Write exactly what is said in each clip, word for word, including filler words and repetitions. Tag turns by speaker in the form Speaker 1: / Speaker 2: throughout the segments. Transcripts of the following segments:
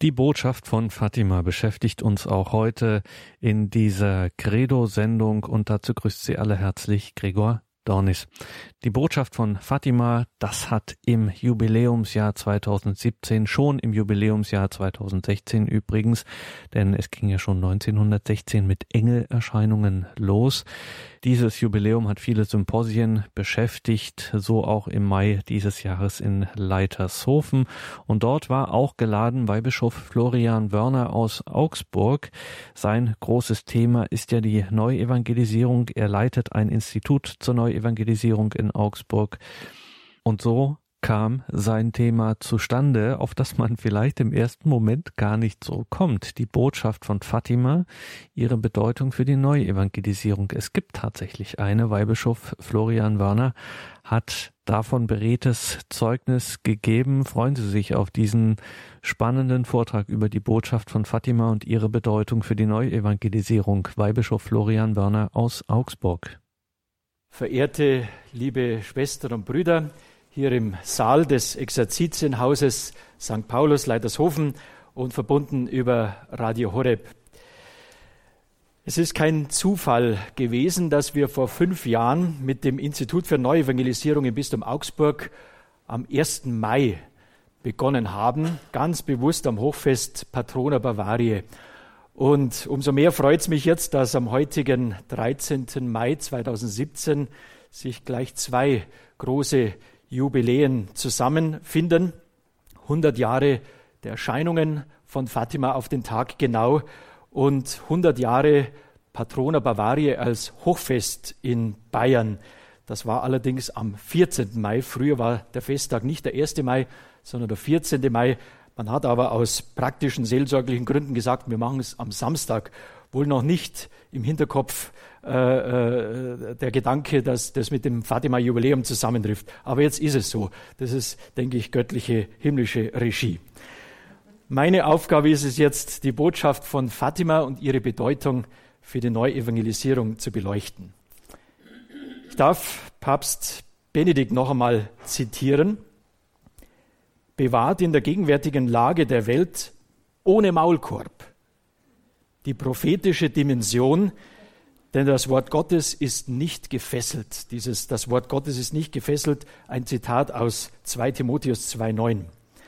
Speaker 1: Die Botschaft von Fatima beschäftigt uns auch heute in dieser Credo-Sendung und dazu grüßt Sie alle herzlich Gregor Dornis. Die Botschaft von Fatima, das hat im Jubiläumsjahr zweitausendsiebzehn, schon im Jubiläumsjahr zweitausendsechzehn übrigens, denn es ging ja schon neunzehnhundertsechzehn mit Engelerscheinungen los. Dieses Jubiläum hat viele Symposien beschäftigt, so auch im Mai dieses Jahres in Leitershofen. Und dort war auch geladen Weihbischof Florian Wörner aus Augsburg. Sein großes Thema ist ja die Neuevangelisierung. Er leitet ein Institut zur Neuevangelisierung in Augsburg. Und so kam sein Thema zustande, auf das man vielleicht im ersten Moment gar nicht so kommt. Die Botschaft von Fatima, ihre Bedeutung für die Neuevangelisierung. Es gibt tatsächlich eine. Weihbischof Florian Wörner hat davon beredtes Zeugnis gegeben. Freuen Sie sich auf diesen spannenden Vortrag über die Botschaft von Fatima und ihre Bedeutung für die Neuevangelisierung. Weihbischof Florian Wörner aus Augsburg.
Speaker 2: Verehrte liebe Schwestern und Brüder, hier im Saal des Exerzitienhauses Sankt Paulus, Leitershofen und verbunden über Radio Horeb. Es ist kein Zufall gewesen, dass wir vor fünf Jahren mit dem Institut für Neuevangelisierung im Bistum Augsburg am ersten Mai begonnen haben, ganz bewusst am Hochfest Patrona Bavariae. Und umso mehr freut es mich jetzt, dass am heutigen dreizehnten Mai zweitausendsiebzehn sich gleich zwei große Jubiläen zusammenfinden. hundert Jahre der Erscheinungen von Fatima auf den Tag genau und hundert Jahre Patrona Bavariae als Hochfest in Bayern. Das war allerdings am vierzehnten Mai. Früher war der Festtag nicht der erste Mai, sondern der vierzehnten Mai. Man hat aber aus praktischen, seelsorglichen Gründen gesagt, wir machen es am Samstag. Wohl noch nicht im Hinterkopf äh, äh, der Gedanke, dass das mit dem Fatima-Jubiläum zusammentrifft. Aber jetzt ist es so. Das ist, denke ich, göttliche, himmlische Regie. Meine Aufgabe ist es jetzt, die Botschaft von Fatima und ihre Bedeutung für die Neuevangelisierung zu beleuchten. Ich darf Papst Benedikt noch einmal zitieren. Bewahrt in der gegenwärtigen Lage der Welt ohne Maulkorb die prophetische Dimension, denn das Wort Gottes ist nicht gefesselt. Dieses, das Wort Gottes ist nicht gefesselt, ein Zitat aus zweiter Timotheus zwei neun.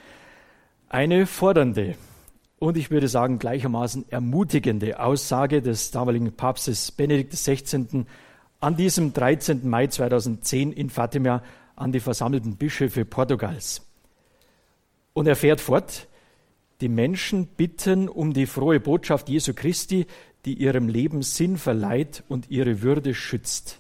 Speaker 2: Eine fordernde und ich würde sagen gleichermaßen ermutigende Aussage des damaligen Papstes Benedikt der Sechzehnten an diesem dreizehnten Mai zweitausendzehn in Fatima an die versammelten Bischöfe Portugals. Und er fährt fort, die Menschen bitten um die frohe Botschaft Jesu Christi, die ihrem Leben Sinn verleiht und ihre Würde schützt.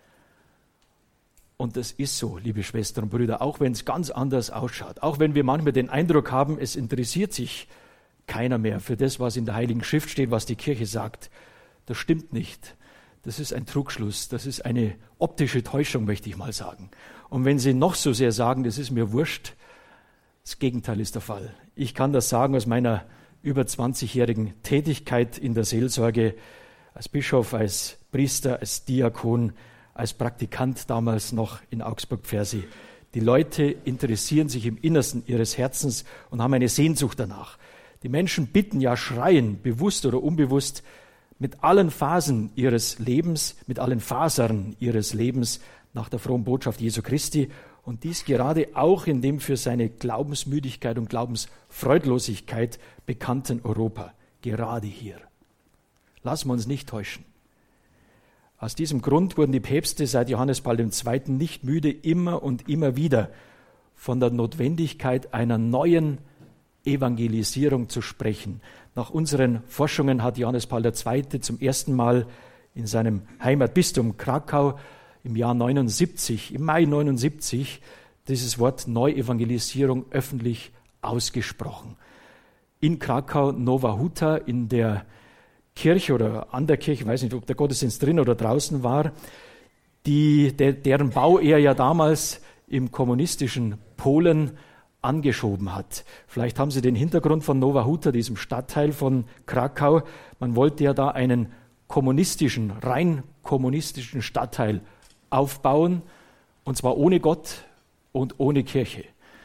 Speaker 2: Und das ist so, liebe Schwestern und Brüder, auch wenn es ganz anders ausschaut, auch wenn wir manchmal den Eindruck haben, es interessiert sich keiner mehr für das, was in der Heiligen Schrift steht, was die Kirche sagt. Das stimmt nicht. Das ist ein Trugschluss, das ist eine optische Täuschung, möchte ich mal sagen. Und wenn Sie noch so sehr sagen, das ist mir wurscht, das Gegenteil ist der Fall. Ich kann das sagen aus meiner über zwanzigjährigen Tätigkeit in der Seelsorge, als Bischof, als Priester, als Diakon, als Praktikant damals noch in Augsburg-Pfersee. Die Leute interessieren sich im Innersten ihres Herzens und haben eine Sehnsucht danach. Die Menschen bitten, ja schreien, bewusst oder unbewusst, mit allen Phasen ihres Lebens, mit allen Fasern ihres Lebens nach der frohen Botschaft Jesu Christi. Und dies gerade auch in dem für seine Glaubensmüdigkeit und Glaubensfreudlosigkeit bekannten Europa. Gerade hier. Lassen wir uns nicht täuschen. Aus diesem Grund wurden die Päpste seit Johannes Paul der Zweite nicht müde, immer und immer wieder von der Notwendigkeit einer neuen Evangelisierung zu sprechen. Nach unseren Forschungen hat Johannes Paul der Zweite zum ersten Mal in seinem Heimatbistum Krakau im Jahr neunundsiebzig, im Mai neunundsiebzig, dieses Wort Neuevangelisierung öffentlich ausgesprochen. In Krakau, Nowa Huta, in der Kirche oder an der Kirche, ich weiß nicht, ob der Gottesdienst drin oder draußen war, die, der, deren Bau er ja damals im kommunistischen Polen angeschoben hat. Vielleicht haben Sie den Hintergrund von Nowa Huta, diesem Stadtteil von Krakau. Man wollte ja da einen kommunistischen, rein kommunistischen Stadtteil aufbauen, und zwar ohne Gott und ohne Kirche.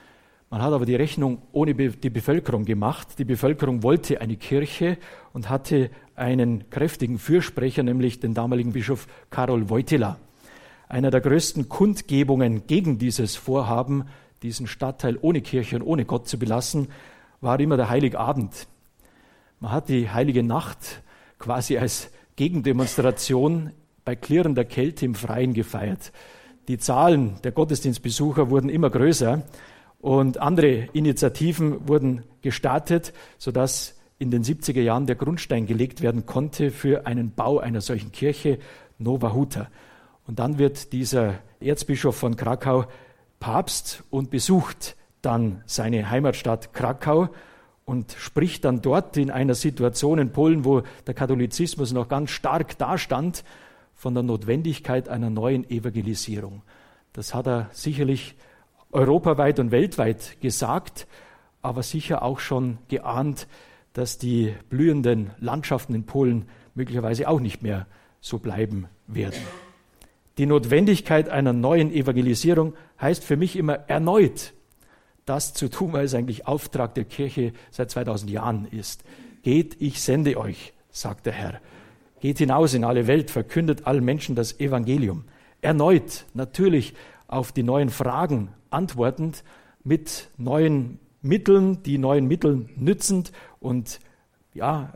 Speaker 2: Man hat aber die Rechnung ohne die Bevölkerung gemacht. Die Bevölkerung wollte eine Kirche und hatte einen kräftigen Fürsprecher, nämlich den damaligen Bischof Karol Wojtyła. Einer der größten Kundgebungen gegen dieses Vorhaben, diesen Stadtteil ohne Kirche und ohne Gott zu belassen, war immer der Heiligabend. Man hat die Heilige Nacht quasi als Gegendemonstration bei klirrender Kälte im Freien gefeiert. Die Zahlen der Gottesdienstbesucher wurden immer größer und andere Initiativen wurden gestartet, sodass in den siebziger Jahren der Grundstein gelegt werden konnte für einen Bau einer solchen Kirche, Nowa Huta. Und dann wird dieser Erzbischof von Krakau Papst und besucht dann seine Heimatstadt Krakau und spricht dann dort in einer Situation in Polen, wo der Katholizismus noch ganz stark dastand, von der Notwendigkeit einer neuen Evangelisierung. Das hat er sicherlich europaweit und weltweit gesagt, aber sicher auch schon geahnt, dass die blühenden Landschaften in Polen möglicherweise auch nicht mehr so bleiben werden. Die Notwendigkeit einer neuen Evangelisierung heißt für mich immer erneut, das zu tun, was eigentlich Auftrag der Kirche seit zweitausend Jahren ist. Geht, ich sende euch, sagt der Herr. Geht hinaus in alle Welt, verkündet allen Menschen das Evangelium. Erneut, natürlich auf die neuen Fragen antwortend, mit neuen Mitteln, die neuen Mittel nützend und ja,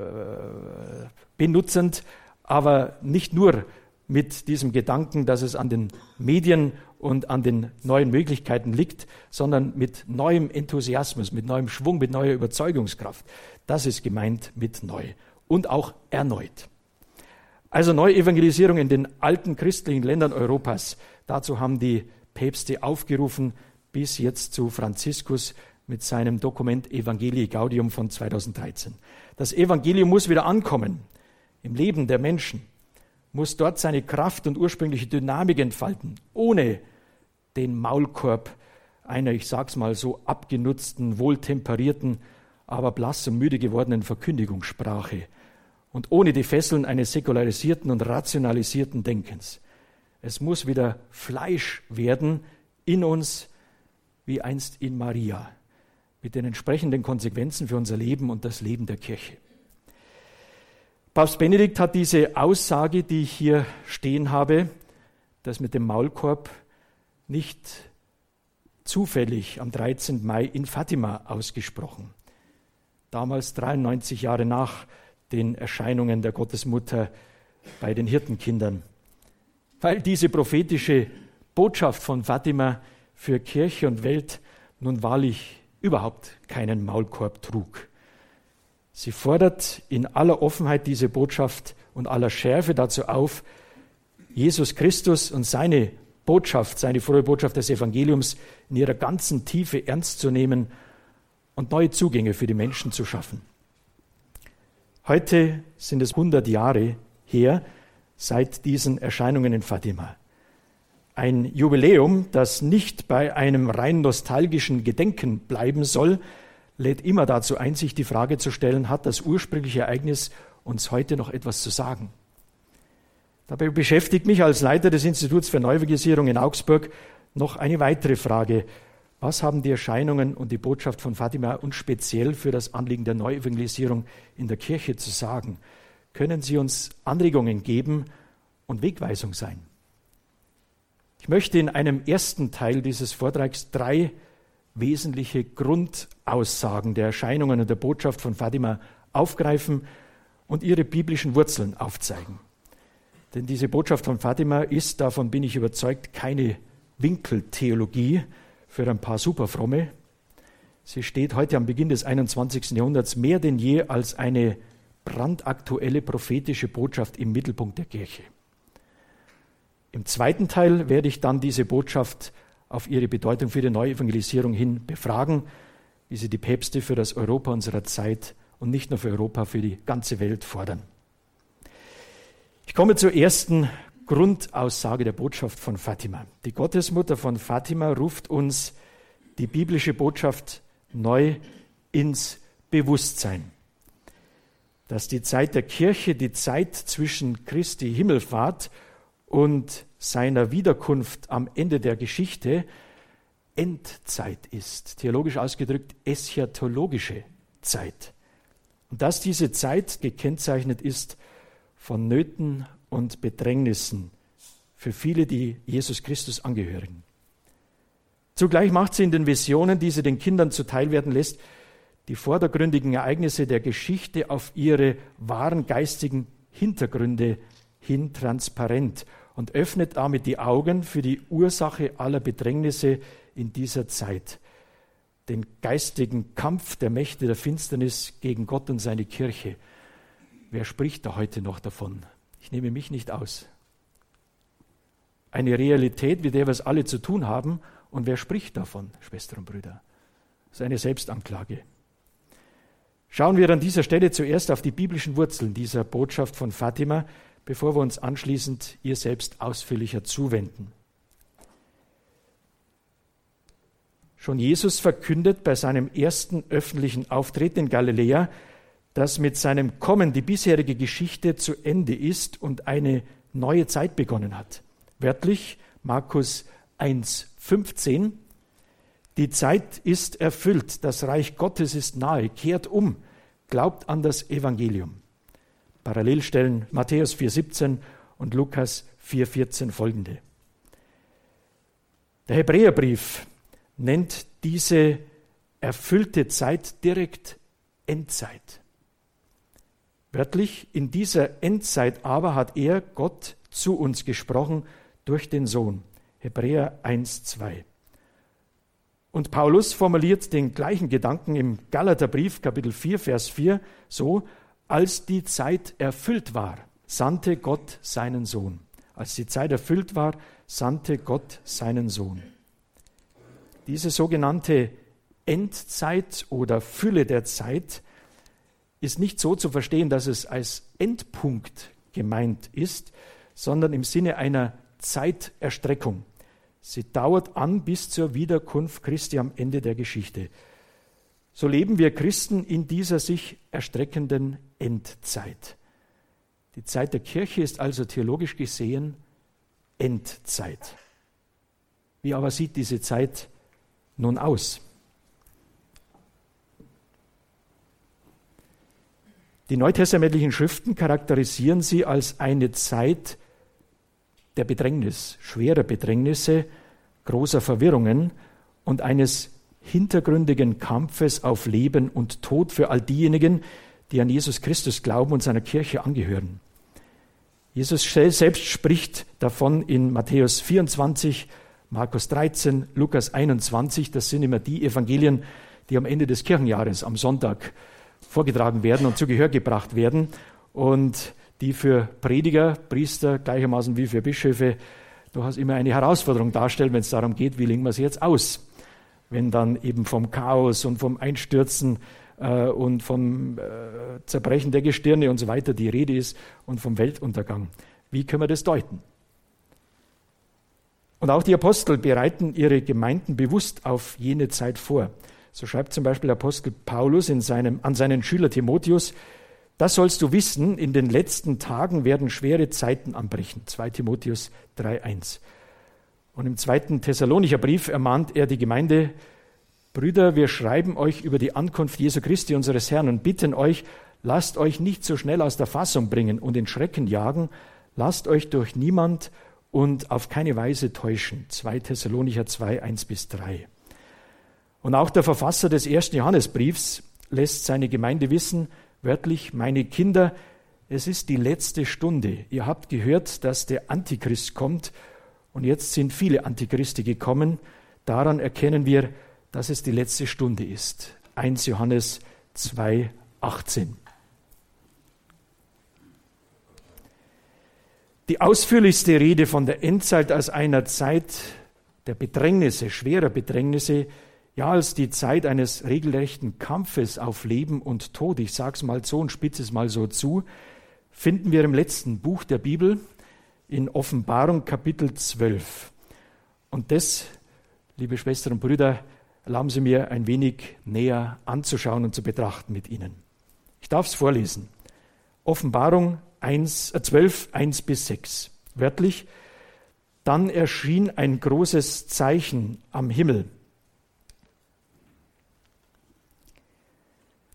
Speaker 2: äh, benutzend, aber nicht nur mit diesem Gedanken, dass es an den Medien und an den neuen Möglichkeiten liegt, sondern mit neuem Enthusiasmus, mit neuem Schwung, mit neuer Überzeugungskraft. Das ist gemeint mit neu und auch erneut. Also Neuevangelisierung in den alten christlichen Ländern Europas. Dazu haben die Päpste aufgerufen, bis jetzt zu Franziskus mit seinem Dokument Evangelii Gaudium von zweitausenddreizehn. Das Evangelium muss wieder ankommen im Leben der Menschen, muss dort seine Kraft und ursprüngliche Dynamik entfalten, ohne den Maulkorb einer, ich sag's mal so, abgenutzten, wohltemperierten, aber blass und müde gewordenen Verkündigungssprache und ohne die Fesseln eines säkularisierten und rationalisierten Denkens. Es muss wieder Fleisch werden in uns, wie einst in Maria, mit den entsprechenden Konsequenzen für unser Leben und das Leben der Kirche. Papst Benedikt hat diese Aussage, die ich hier stehen habe, das mit dem Maulkorb, nicht zufällig am dreizehnten Mai in Fatima ausgesprochen. Damals dreiundneunzig Jahre nach den Erscheinungen der Gottesmutter bei den Hirtenkindern. Weil diese prophetische Botschaft von Fatima für Kirche und Welt nun wahrlich überhaupt keinen Maulkorb trug. Sie fordert in aller Offenheit diese Botschaft und aller Schärfe dazu auf, Jesus Christus und seine Botschaft, seine frohe Botschaft des Evangeliums in ihrer ganzen Tiefe ernst zu nehmen und neue Zugänge für die Menschen zu schaffen. Heute sind es hundert Jahre her seit diesen Erscheinungen in Fatima. Ein Jubiläum, das nicht bei einem rein nostalgischen Gedenken bleiben soll, lädt immer dazu ein, sich die Frage zu stellen, hat das ursprüngliche Ereignis uns heute noch etwas zu sagen? Dabei beschäftigt mich als Leiter des Instituts für Neuevangelisierung in Augsburg noch eine weitere Frage. Was haben die Erscheinungen und die Botschaft von Fatima uns speziell für das Anliegen der Neuevangelisierung in der Kirche zu sagen? Können sie uns Anregungen geben und Wegweisung sein? Ich möchte in einem ersten Teil dieses Vortrags drei wesentliche Grundaussagen der Erscheinungen und der Botschaft von Fatima aufgreifen und ihre biblischen Wurzeln aufzeigen. Denn diese Botschaft von Fatima ist, davon bin ich überzeugt, keine Winkeltheologie für ein paar Superfromme. Sie steht heute am Beginn des einundzwanzigsten Jahrhunderts mehr denn je als eine brandaktuelle prophetische Botschaft im Mittelpunkt der Kirche. Im zweiten Teil werde ich dann diese Botschaft auf ihre Bedeutung für die Neuevangelisierung hin befragen, wie sie die Päpste für das Europa unserer Zeit und nicht nur für Europa, für die ganze Welt fordern. Ich komme zur ersten Grundaussage der Botschaft von Fatima. Die Gottesmutter von Fatima ruft uns die biblische Botschaft neu ins Bewusstsein, dass die Zeit der Kirche, die Zeit zwischen Christi Himmelfahrt und seiner Wiederkunft am Ende der Geschichte Endzeit ist. Theologisch ausgedrückt eschatologische Zeit. Und dass diese Zeit gekennzeichnet ist von Nöten und Bedrängnissen für viele, die Jesus Christus angehören. Zugleich macht sie in den Visionen, die sie den Kindern zuteilwerden lässt, die vordergründigen Ereignisse der Geschichte auf ihre wahren geistigen Hintergründe hin transparent und öffnet damit die Augen für die Ursache aller Bedrängnisse in dieser Zeit, den geistigen Kampf der Mächte der Finsternis gegen Gott und seine Kirche. Wer spricht da heute noch davon? Ich nehme mich nicht aus. Eine Realität, mit der wir es alle zu tun haben. Und wer spricht davon, Schwestern und Brüder? Das ist eine Selbstanklage. Schauen wir an dieser Stelle zuerst auf die biblischen Wurzeln dieser Botschaft von Fatima, bevor wir uns anschließend ihr selbst ausführlicher zuwenden. Schon Jesus verkündet bei seinem ersten öffentlichen Auftritt in Galiläa, dass mit seinem Kommen die bisherige Geschichte zu Ende ist und eine neue Zeit begonnen hat. Wörtlich Markus eins fünfzehn: Die Zeit ist erfüllt, das Reich Gottes ist nahe, kehrt um, glaubt an das Evangelium. Parallelstellen Matthäus vier siebzehn und Lukas vier vierzehn folgende. Der Hebräerbrief nennt diese erfüllte Zeit direkt Endzeit. Wörtlich, in dieser Endzeit aber hat er, Gott, zu uns gesprochen durch den Sohn. Hebräer eins zwei. Und Paulus formuliert den gleichen Gedanken im Galaterbrief, Kapitel vier, Vers vier, so: Als die Zeit erfüllt war, sandte Gott seinen Sohn. Als die Zeit erfüllt war, sandte Gott seinen Sohn. Diese sogenannte Endzeit oder Fülle der Zeit ist nicht so zu verstehen, dass es als Endpunkt gemeint ist, sondern im Sinne einer Zeiterstreckung. Sie dauert an bis zur Wiederkunft Christi am Ende der Geschichte. So leben wir Christen in dieser sich erstreckenden Endzeit. Die Zeit der Kirche ist also theologisch gesehen Endzeit. Wie aber sieht diese Zeit nun aus? Die neutestamentlichen Schriften charakterisieren sie als eine Zeit der Bedrängnis, schwerer Bedrängnisse, großer Verwirrungen und eines hintergründigen Kampfes auf Leben und Tod für all diejenigen, die an Jesus Christus glauben und seiner Kirche angehören. Jesus selbst spricht davon in Matthäus vierundzwanzig, Markus dreizehn, Lukas einundzwanzig. Das sind immer die Evangelien, die am Ende des Kirchenjahres am Sonntag vorgetragen werden und zu Gehör gebracht werden und die für Prediger, Priester, gleichermaßen wie für Bischöfe durchaus immer eine Herausforderung darstellen, wenn es darum geht, wie legen wir es jetzt aus, wenn dann eben vom Chaos und vom Einstürzen äh, und vom äh, Zerbrechen der Gestirne und so weiter die Rede ist und vom Weltuntergang. Wie können wir das deuten? Und auch die Apostel bereiten ihre Gemeinden bewusst auf jene Zeit vor. So schreibt zum Beispiel der Apostel Paulus in seinem, an seinen Schüler Timotheus: Das sollst du wissen, in den letzten Tagen werden schwere Zeiten anbrechen. zwei Timotheus drei eins. Und im zweiten Thessalonicher Brief ermahnt er die Gemeinde: Brüder, wir schreiben euch über die Ankunft Jesu Christi, unseres Herrn, und bitten euch, lasst euch nicht so schnell aus der Fassung bringen und in Schrecken jagen, lasst euch durch niemand und auf keine Weise täuschen. zwei Thessalonicher zwei eins bis drei. Und auch der Verfasser des ersten Johannesbriefs lässt seine Gemeinde wissen, wörtlich: Meine Kinder, es ist die letzte Stunde. Ihr habt gehört, dass der Antichrist kommt, und jetzt sind viele Antichristen gekommen. Daran erkennen wir, dass es die letzte Stunde ist. erster Johannes zwei achtzehn. Die ausführlichste Rede von der Endzeit als einer Zeit der Bedrängnisse, schwerer Bedrängnisse, ja, als die Zeit eines regelrechten Kampfes auf Leben und Tod, ich sage es mal so und spitze es mal so zu, finden wir im letzten Buch der Bibel in Offenbarung Kapitel zwölf. Und das, liebe Schwestern und Brüder, erlauben Sie mir ein wenig näher anzuschauen und zu betrachten mit Ihnen. Ich darf es vorlesen. Offenbarung zwölf, eins bis sechs. Wörtlich: Dann erschien ein großes Zeichen am Himmel,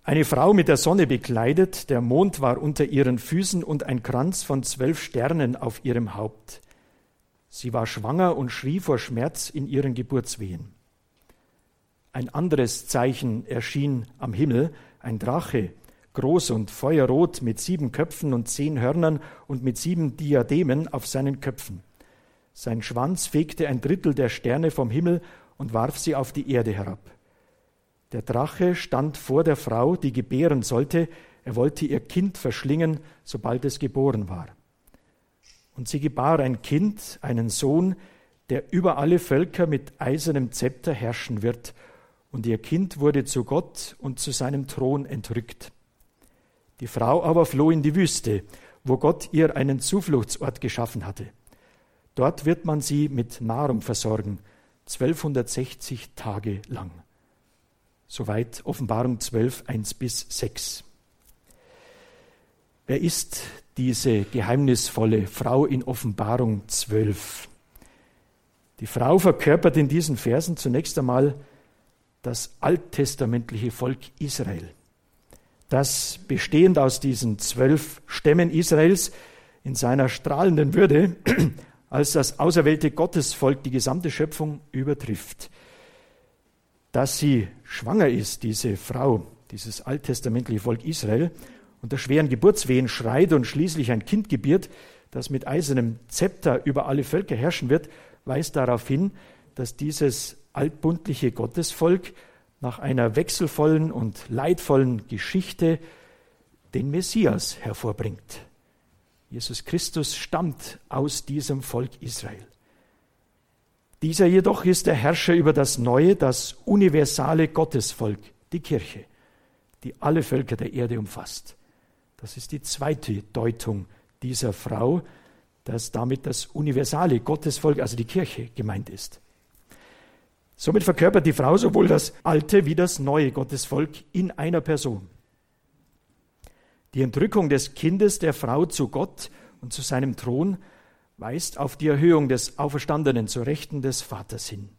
Speaker 2: Eine Frau mit der Sonne bekleidet, der Mond war unter ihren Füßen und ein Kranz von zwölf Sternen auf ihrem Haupt. Sie war schwanger und schrie vor Schmerz in ihren Geburtswehen. Ein anderes Zeichen erschien am Himmel, ein Drache, groß und feuerrot, mit sieben Köpfen und zehn Hörnern und mit sieben Diademen auf seinen Köpfen. Sein Schwanz fegte ein Drittel der Sterne vom Himmel und warf sie auf die Erde herab. Der Drache stand vor der Frau, die gebären sollte. Er wollte ihr Kind verschlingen, sobald es geboren war. Und sie gebar ein Kind, einen Sohn, der über alle Völker mit eisernem Zepter herrschen wird. Und ihr Kind wurde zu Gott und zu seinem Thron entrückt. Die Frau aber floh in die Wüste, wo Gott ihr einen Zufluchtsort geschaffen hatte. Dort wird man sie mit Nahrung versorgen, zwölfhundertsechzig Tage lang. Soweit Offenbarung zwölf, eins bis sechs. Wer ist diese geheimnisvolle Frau in Offenbarung zwölf? Die Frau verkörpert in diesen Versen zunächst einmal das alttestamentliche Volk Israel, das bestehend aus diesen zwölf Stämmen Israels in seiner strahlenden Würde als das auserwählte Gottesvolk die gesamte Schöpfung übertrifft. Dass sie schwanger ist, diese Frau, dieses alttestamentliche Volk Israel, unter schweren Geburtswehen schreit und schließlich ein Kind gebiert, das mit eisernem Zepter über alle Völker herrschen wird, weist darauf hin, dass dieses altbundliche Gottesvolk nach einer wechselvollen und leidvollen Geschichte den Messias hervorbringt. Jesus Christus stammt aus diesem Volk Israel. Dieser jedoch ist der Herrscher über das neue, das universale Gottesvolk, die Kirche, die alle Völker der Erde umfasst. Das ist die zweite Deutung dieser Frau, dass damit das universale Gottesvolk, also die Kirche, gemeint ist. Somit verkörpert die Frau sowohl das alte wie das neue Gottesvolk in einer Person. Die Entrückung des Kindes der Frau zu Gott und zu seinem Thron weist auf die Erhöhung des Auferstandenen zur Rechten des Vaters hin.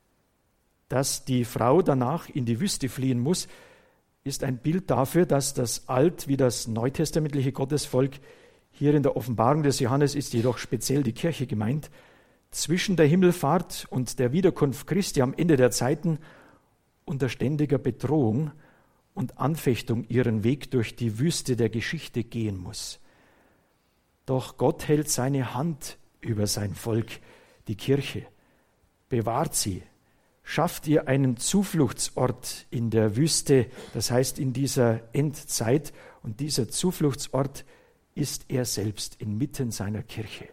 Speaker 2: Dass die Frau danach in die Wüste fliehen muss, ist ein Bild dafür, dass das alt- wie das neutestamentliche Gottesvolk, hier in der Offenbarung des Johannes ist jedoch speziell die Kirche gemeint, zwischen der Himmelfahrt und der Wiederkunft Christi am Ende der Zeiten unter ständiger Bedrohung und Anfechtung ihren Weg durch die Wüste der Geschichte gehen muss. Doch Gott hält seine Hand über sein Volk, die Kirche, bewahrt sie, schafft ihr einen Zufluchtsort in der Wüste, das heißt in dieser Endzeit, und dieser Zufluchtsort ist er selbst inmitten seiner Kirche.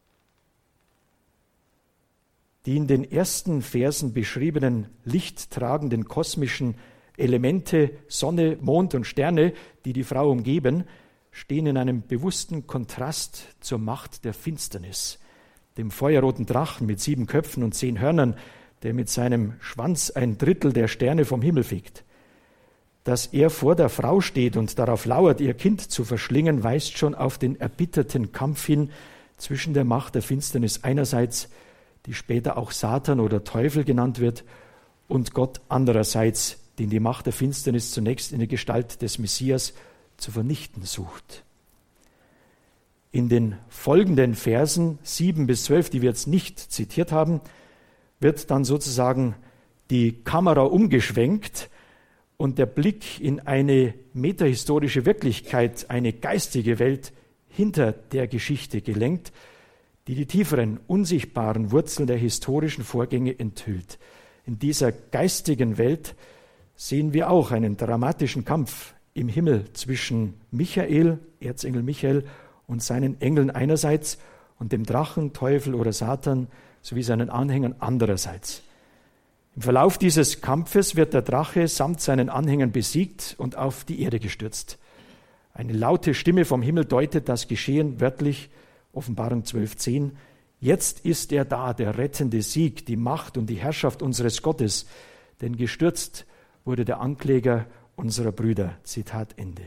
Speaker 2: Die in den ersten Versen beschriebenen lichttragenden kosmischen Elemente, Sonne, Mond und Sterne, die die Frau umgeben, stehen in einem bewussten Kontrast zur Macht der Finsternis, dem feuerroten Drachen mit sieben Köpfen und zehn Hörnern, der mit seinem Schwanz ein Drittel der Sterne vom Himmel fegt. Dass er vor der Frau steht und darauf lauert, ihr Kind zu verschlingen, weist schon auf den erbitterten Kampf hin zwischen der Macht der Finsternis einerseits, die später auch Satan oder Teufel genannt wird, und Gott andererseits, den die Macht der Finsternis zunächst in der Gestalt des Messias zu vernichten sucht. In den folgenden Versen sieben bis zwölf, die wir jetzt nicht zitiert haben, wird dann sozusagen die Kamera umgeschwenkt und der Blick in eine metahistorische Wirklichkeit, eine geistige Welt hinter der Geschichte gelenkt, die die tieferen, unsichtbaren Wurzeln der historischen Vorgänge enthüllt. In dieser geistigen Welt sehen wir auch einen dramatischen Kampf im Himmel zwischen Michael, Erzengel Michael, und seinen Engeln einerseits und dem Drachen, Teufel oder Satan sowie seinen Anhängern andererseits. Im Verlauf dieses Kampfes wird der Drache samt seinen Anhängern besiegt und auf die Erde gestürzt. Eine laute Stimme vom Himmel deutet das Geschehen wörtlich, Offenbarung zwölf zehn. Jetzt ist er da, der rettende Sieg, die Macht und die Herrschaft unseres Gottes, denn gestürzt wurde der Ankläger unserer Brüder. Zitat Ende.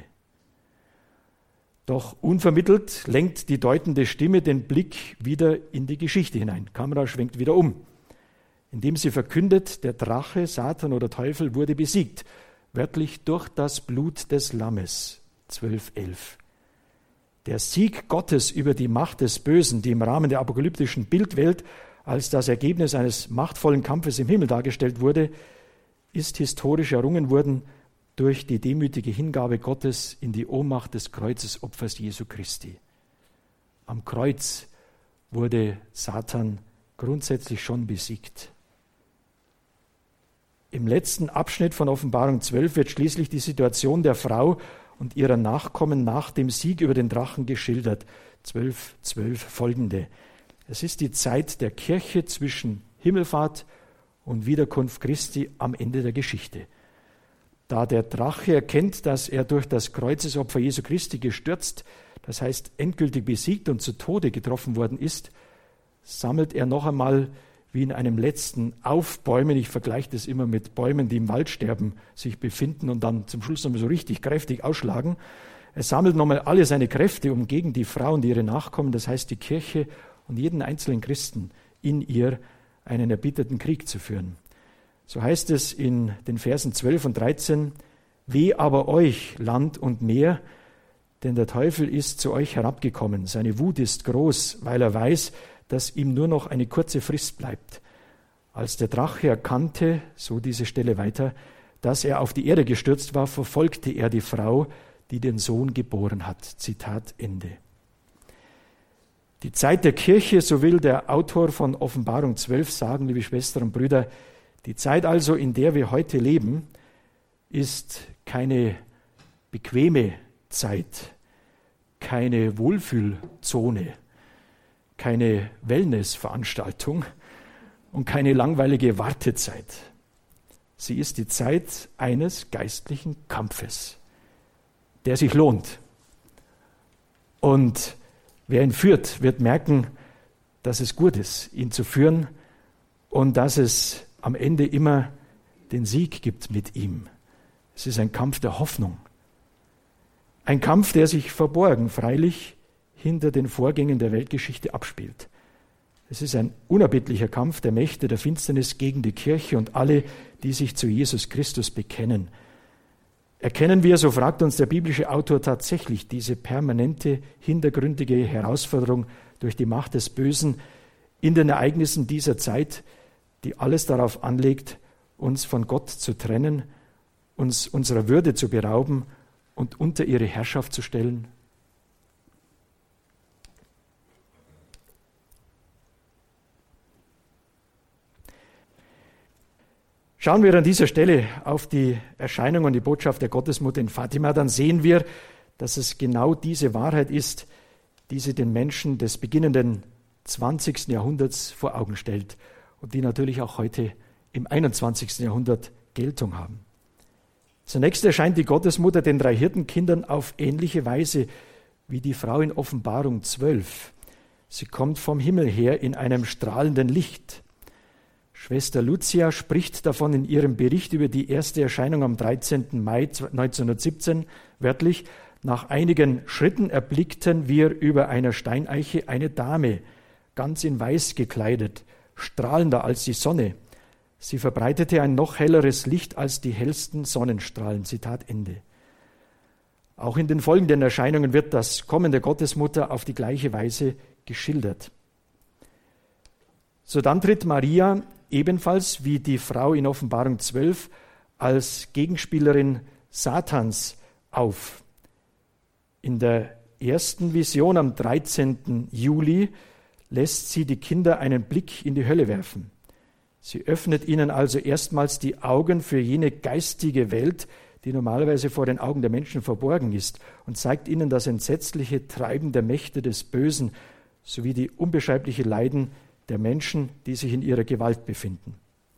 Speaker 2: Doch unvermittelt lenkt die deutende Stimme den Blick wieder in die Geschichte hinein. Kamera schwenkt wieder um, indem sie verkündet, der Drache, Satan oder Teufel wurde besiegt. wörtlich durch das Blut des Lammes, zwölf elf. Der Sieg Gottes über die Macht des Bösen, die im Rahmen der apokalyptischen Bildwelt als das Ergebnis eines machtvollen Kampfes im Himmel dargestellt wurde, ist historisch errungen worden durch die demütige Hingabe Gottes in die Ohnmacht des Kreuzesopfers Jesu Christi. Am Kreuz wurde Satan grundsätzlich schon besiegt. Im letzten Abschnitt von Offenbarung zwölf wird schließlich die Situation der Frau und ihrer Nachkommen nach dem Sieg über den Drachen geschildert. zwölf zwölf folgende. Es ist die Zeit der Kirche zwischen Himmelfahrt und Wiederkunft Christi am Ende der Geschichte. Da der Drache erkennt, dass er durch das Kreuzesopfer Jesu Christi gestürzt, das heißt endgültig besiegt und zu Tode getroffen worden ist, sammelt er noch einmal wie in einem letzten Aufbäumen, ich vergleiche das immer mit Bäumen, die im Waldsterben sich befinden und dann zum Schluss nochmal so richtig kräftig ausschlagen. Er sammelt nochmal alle seine Kräfte, um gegen die Frau und ihre Nachkommen, das heißt die Kirche und jeden einzelnen Christen in ihr, einen erbitterten Krieg zu führen. So heißt es in den Versen zwölf und dreizehn, weh aber euch, Land und Meer, denn der Teufel ist zu euch herabgekommen. Seine Wut ist groß, weil er weiß, dass ihm nur noch eine kurze Frist bleibt. Als der Drache erkannte, so diese Stelle weiter, dass er auf die Erde gestürzt war, verfolgte er die Frau, die den Sohn geboren hat. Zitat Ende. Die Zeit der Kirche, so will der Autor von Offenbarung zwölf sagen, liebe Schwestern und Brüder, die Zeit also, in der wir heute leben, ist keine bequeme Zeit, keine Wohlfühlzone, keine Wellnessveranstaltung und keine langweilige Wartezeit. Sie ist die Zeit eines geistlichen Kampfes, der sich lohnt. Und wer ihn führt, wird merken, dass es gut ist, ihn zu führen und dass es am Ende immer den Sieg gibt mit ihm. Es ist ein Kampf der Hoffnung. Ein Kampf, der sich verborgen, freilich, hinter den Vorgängen der Weltgeschichte abspielt. Es ist ein unerbittlicher Kampf der Mächte der Finsternis gegen die Kirche und alle, die sich zu Jesus Christus bekennen. Erkennen wir, so fragt uns der biblische Autor, tatsächlich diese permanente, hintergründige Herausforderung durch die Macht des Bösen in den Ereignissen dieser Zeit, die alles darauf anlegt, uns von Gott zu trennen, uns unserer Würde zu berauben und unter ihre Herrschaft zu stellen? Schauen wir an dieser Stelle auf die Erscheinung und die Botschaft der Gottesmutter in Fatima, dann sehen wir, dass es genau diese Wahrheit ist, die sie den Menschen des beginnenden zwanzigsten Jahrhunderts vor Augen stellt und die natürlich auch heute im einundzwanzigsten Jahrhundert Geltung haben. Zunächst erscheint die Gottesmutter den drei Hirtenkindern auf ähnliche Weise wie die Frau in Offenbarung zwölf. Sie kommt vom Himmel her in einem strahlenden Licht. Schwester Lucia spricht davon in ihrem Bericht über die erste Erscheinung am dreizehnten Mai neunzehnhundertsiebzehn, wörtlich, nach einigen Schritten erblickten wir über einer Steineiche eine Dame, ganz in Weiß gekleidet, strahlender als die Sonne. Sie verbreitete ein noch helleres Licht als die hellsten Sonnenstrahlen. Zitat Ende. Auch in den folgenden Erscheinungen wird das Kommen der Gottesmutter auf die gleiche Weise geschildert. Sodann tritt Maria ebenfalls wie die Frau in Offenbarung zwölf als Gegenspielerin Satans auf. In der ersten Vision am dreizehnten Juli lässt sie die Kinder einen Blick in die Hölle werfen. Sie öffnet ihnen also erstmals die Augen für jene geistige Welt, die normalerweise vor den Augen der Menschen verborgen ist, und zeigt ihnen das entsetzliche Treiben der Mächte des Bösen sowie die unbeschreibliche Leiden der Menschen, die sich in ihrer Gewalt befinden.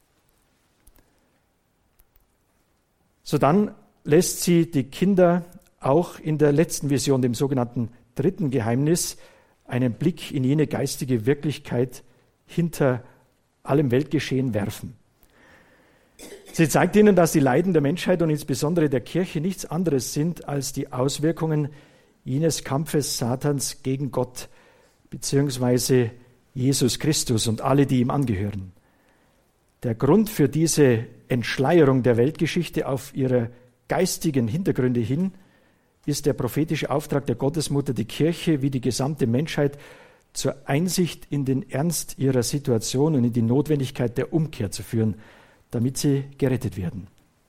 Speaker 2: Sodann lässt sie die Kinder auch in der letzten Vision, dem sogenannten dritten Geheimnis, einen Blick in jene geistige Wirklichkeit hinter allem Weltgeschehen werfen. Sie zeigt ihnen, dass die Leiden der Menschheit und insbesondere der Kirche nichts anderes sind als die Auswirkungen jenes Kampfes Satans gegen Gott beziehungsweise Jesus Christus und alle, die ihm angehören. Der Grund für diese Entschleierung der Weltgeschichte auf ihrer geistigen Hintergründe hin ist der prophetische Auftrag der Gottesmutter, die Kirche wie die gesamte Menschheit zur Einsicht in den Ernst ihrer Situation und in die Notwendigkeit der Umkehr zu führen, damit sie gerettet werden.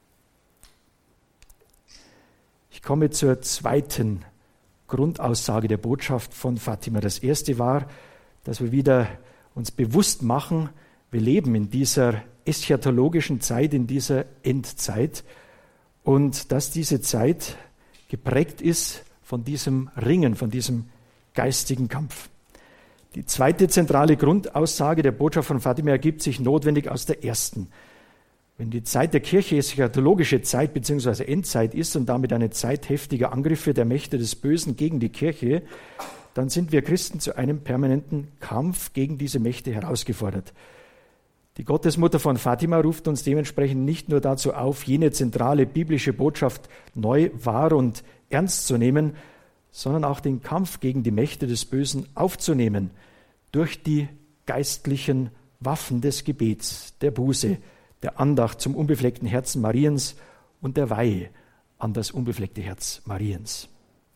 Speaker 2: Ich komme zur zweiten Grundaussage der Botschaft von Fatima. Das erste war, dass wir wieder uns bewusst machen, wir leben in dieser eschatologischen Zeit, in dieser Endzeit und dass diese Zeit geprägt ist von diesem Ringen, von diesem geistigen Kampf. Die zweite zentrale Grundaussage der Botschaft von Fatima ergibt sich notwendig aus der ersten. Wenn die Zeit der Kirche eschatologische Zeit bzw. Endzeit ist und damit eine Zeit heftiger Angriffe der Mächte des Bösen gegen die Kirche, dann sind wir Christen zu einem permanenten Kampf gegen diese Mächte herausgefordert. Die Gottesmutter von Fatima ruft uns dementsprechend nicht nur dazu auf, jene zentrale biblische Botschaft neu wahr und ernst zu nehmen, sondern auch den Kampf gegen die Mächte des Bösen aufzunehmen durch die geistlichen Waffen des Gebets, der Buße, der Andacht zum unbefleckten Herzen Mariens und der Weihe an das unbefleckte Herz Mariens.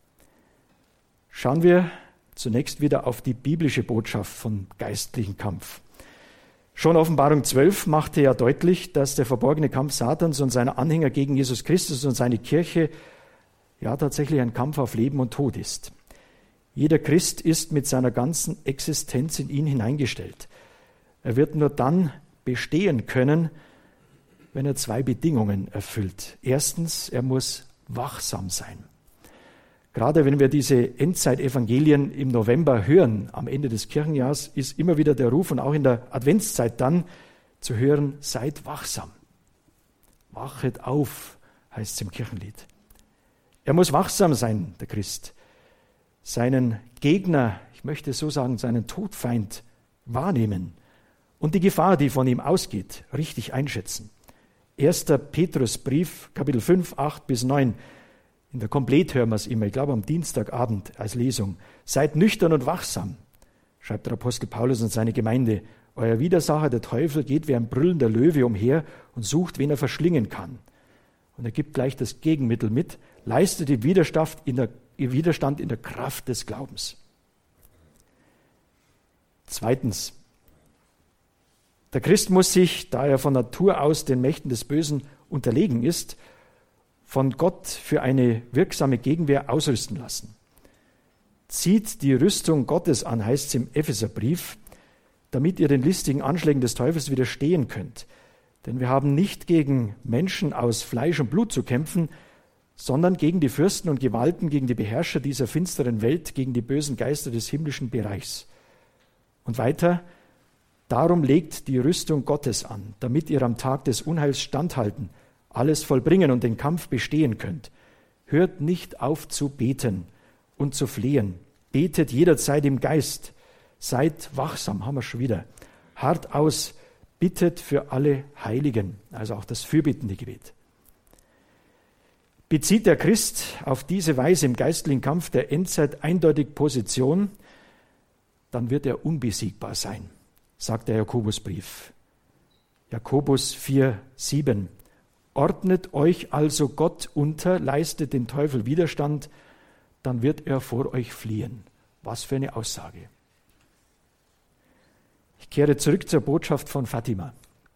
Speaker 2: Schauen wir zunächst wieder auf die biblische Botschaft von geistlichen Kampf. Schon Offenbarung zwölf machte ja deutlich, dass der verborgene Kampf Satans und seiner Anhänger gegen Jesus Christus und seine Kirche ja tatsächlich ein Kampf auf Leben und Tod ist. Jeder Christ ist mit seiner ganzen Existenz in ihn hineingestellt. Er wird nur dann bestehen können, wenn er zwei Bedingungen erfüllt. Erstens, er muss wachsam sein. Gerade wenn wir diese Endzeit-Evangelien im November hören, am Ende des Kirchenjahres, ist immer wieder der Ruf und auch in der Adventszeit dann zu hören, seid wachsam. Wachet auf, heißt es im Kirchenlied. Er muss wachsam sein, der Christ. Seinen Gegner, ich möchte so sagen, seinen Todfeind wahrnehmen und die Gefahr, die von ihm ausgeht, richtig einschätzen. erster Petrusbrief, Kapitel fünf, acht bis neun. In der Komplett hören wir es immer, ich glaube am Dienstagabend als Lesung. Seid nüchtern und wachsam, schreibt der Apostel Paulus an seine Gemeinde. Euer Widersacher, der Teufel, geht wie ein brüllender Löwe umher und sucht, wen er verschlingen kann. Und er gibt gleich das Gegenmittel mit, leistet den Widerstand in der, Widerstand in der Kraft des Glaubens. Zweitens, der Christ muss sich, da er von Natur aus den Mächten des Bösen unterlegen ist, von Gott für eine wirksame Gegenwehr ausrüsten lassen. Zieht die Rüstung Gottes an, heißt es im Epheserbrief, damit ihr den listigen Anschlägen des Teufels widerstehen könnt. Denn wir haben nicht gegen Menschen aus Fleisch und Blut zu kämpfen, sondern gegen die Fürsten und Gewalten, gegen die Beherrscher dieser finsteren Welt, gegen die bösen Geister des himmlischen Bereichs. Und weiter, darum legt die Rüstung Gottes an, damit ihr am Tag des Unheils standhalten, alles vollbringen und den Kampf bestehen könnt. Hört nicht auf zu beten und zu flehen. Betet jederzeit im Geist. Seid wachsam, haben wir schon wieder. Hart aus, bittet für alle Heiligen, also auch das fürbittende Gebet. Bezieht der Christ auf diese Weise im geistlichen Kampf der Endzeit eindeutig Position, dann wird er unbesiegbar sein, sagt der Jakobusbrief. Jakobus vier, sieben. Ordnet euch also Gott unter, leistet den Teufel Widerstand, dann wird er vor euch fliehen. Was für eine Aussage. Ich kehre zurück zur Botschaft von Fatima.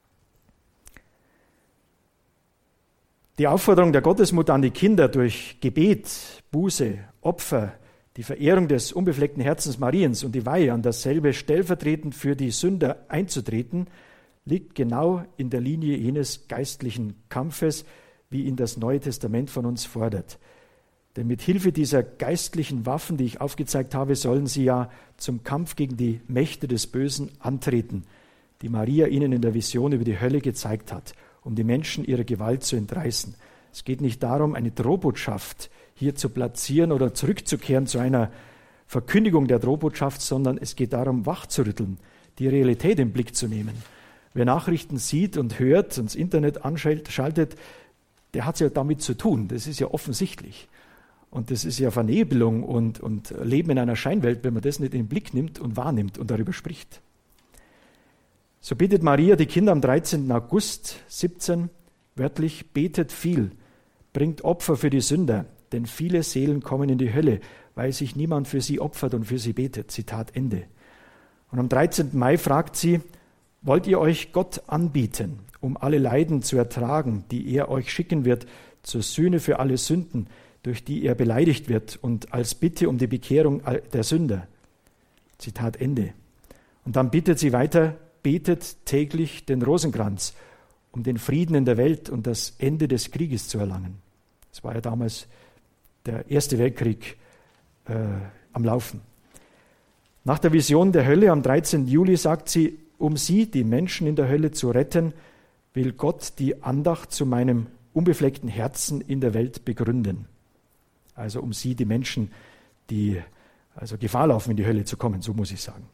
Speaker 2: Die Aufforderung der Gottesmutter an die Kinder durch Gebet, Buße, Opfer, die Verehrung des unbefleckten Herzens Mariens und die Weihe an dasselbe stellvertretend für die Sünder einzutreten, liegt genau in der Linie jenes geistlichen Kampfes, wie ihn das Neue Testament von uns fordert. Denn mit Hilfe dieser geistlichen Waffen, die ich aufgezeigt habe, sollen sie ja zum Kampf gegen die Mächte des Bösen antreten, die Maria ihnen in der Vision über die Hölle gezeigt hat, um die Menschen ihrer Gewalt zu entreißen. Es geht nicht darum, eine Drohbotschaft hier zu platzieren oder zurückzukehren zu einer Verkündigung der Drohbotschaft, sondern es geht darum, wachzurütteln, die Realität im Blick zu nehmen. Wer Nachrichten sieht und hört und das Internet anschaltet, der hat es ja damit zu tun. Das ist ja offensichtlich. Und das ist ja Vernebelung und, und Leben in einer Scheinwelt, wenn man das nicht in den Blick nimmt und wahrnimmt und darüber spricht. So bittet Maria die Kinder am dreizehnten August siebzehn wörtlich, betet viel, bringt Opfer für die Sünder, denn viele Seelen kommen in die Hölle, weil sich niemand für sie opfert und für sie betet. Zitat Ende. Und am dreizehnten Mai fragt sie, wollt ihr euch Gott anbieten, um alle Leiden zu ertragen, die er euch schicken wird, zur Sühne für alle Sünden, durch die er beleidigt wird und als Bitte um die Bekehrung der Sünder. Zitat Ende. Und dann bittet sie weiter, betet täglich den Rosenkranz, um den Frieden in der Welt und das Ende des Krieges zu erlangen. Das war ja damals der Erste Weltkrieg äh, am Laufen. Nach der Vision der Hölle am dreizehnten Juli sagt sie, um sie, die Menschen in der Hölle, zu retten, will Gott die Andacht zu meinem unbefleckten Herzen in der Welt begründen. Also um sie, die Menschen, die also Gefahr laufen, in die Hölle zu kommen, so muss ich sagen.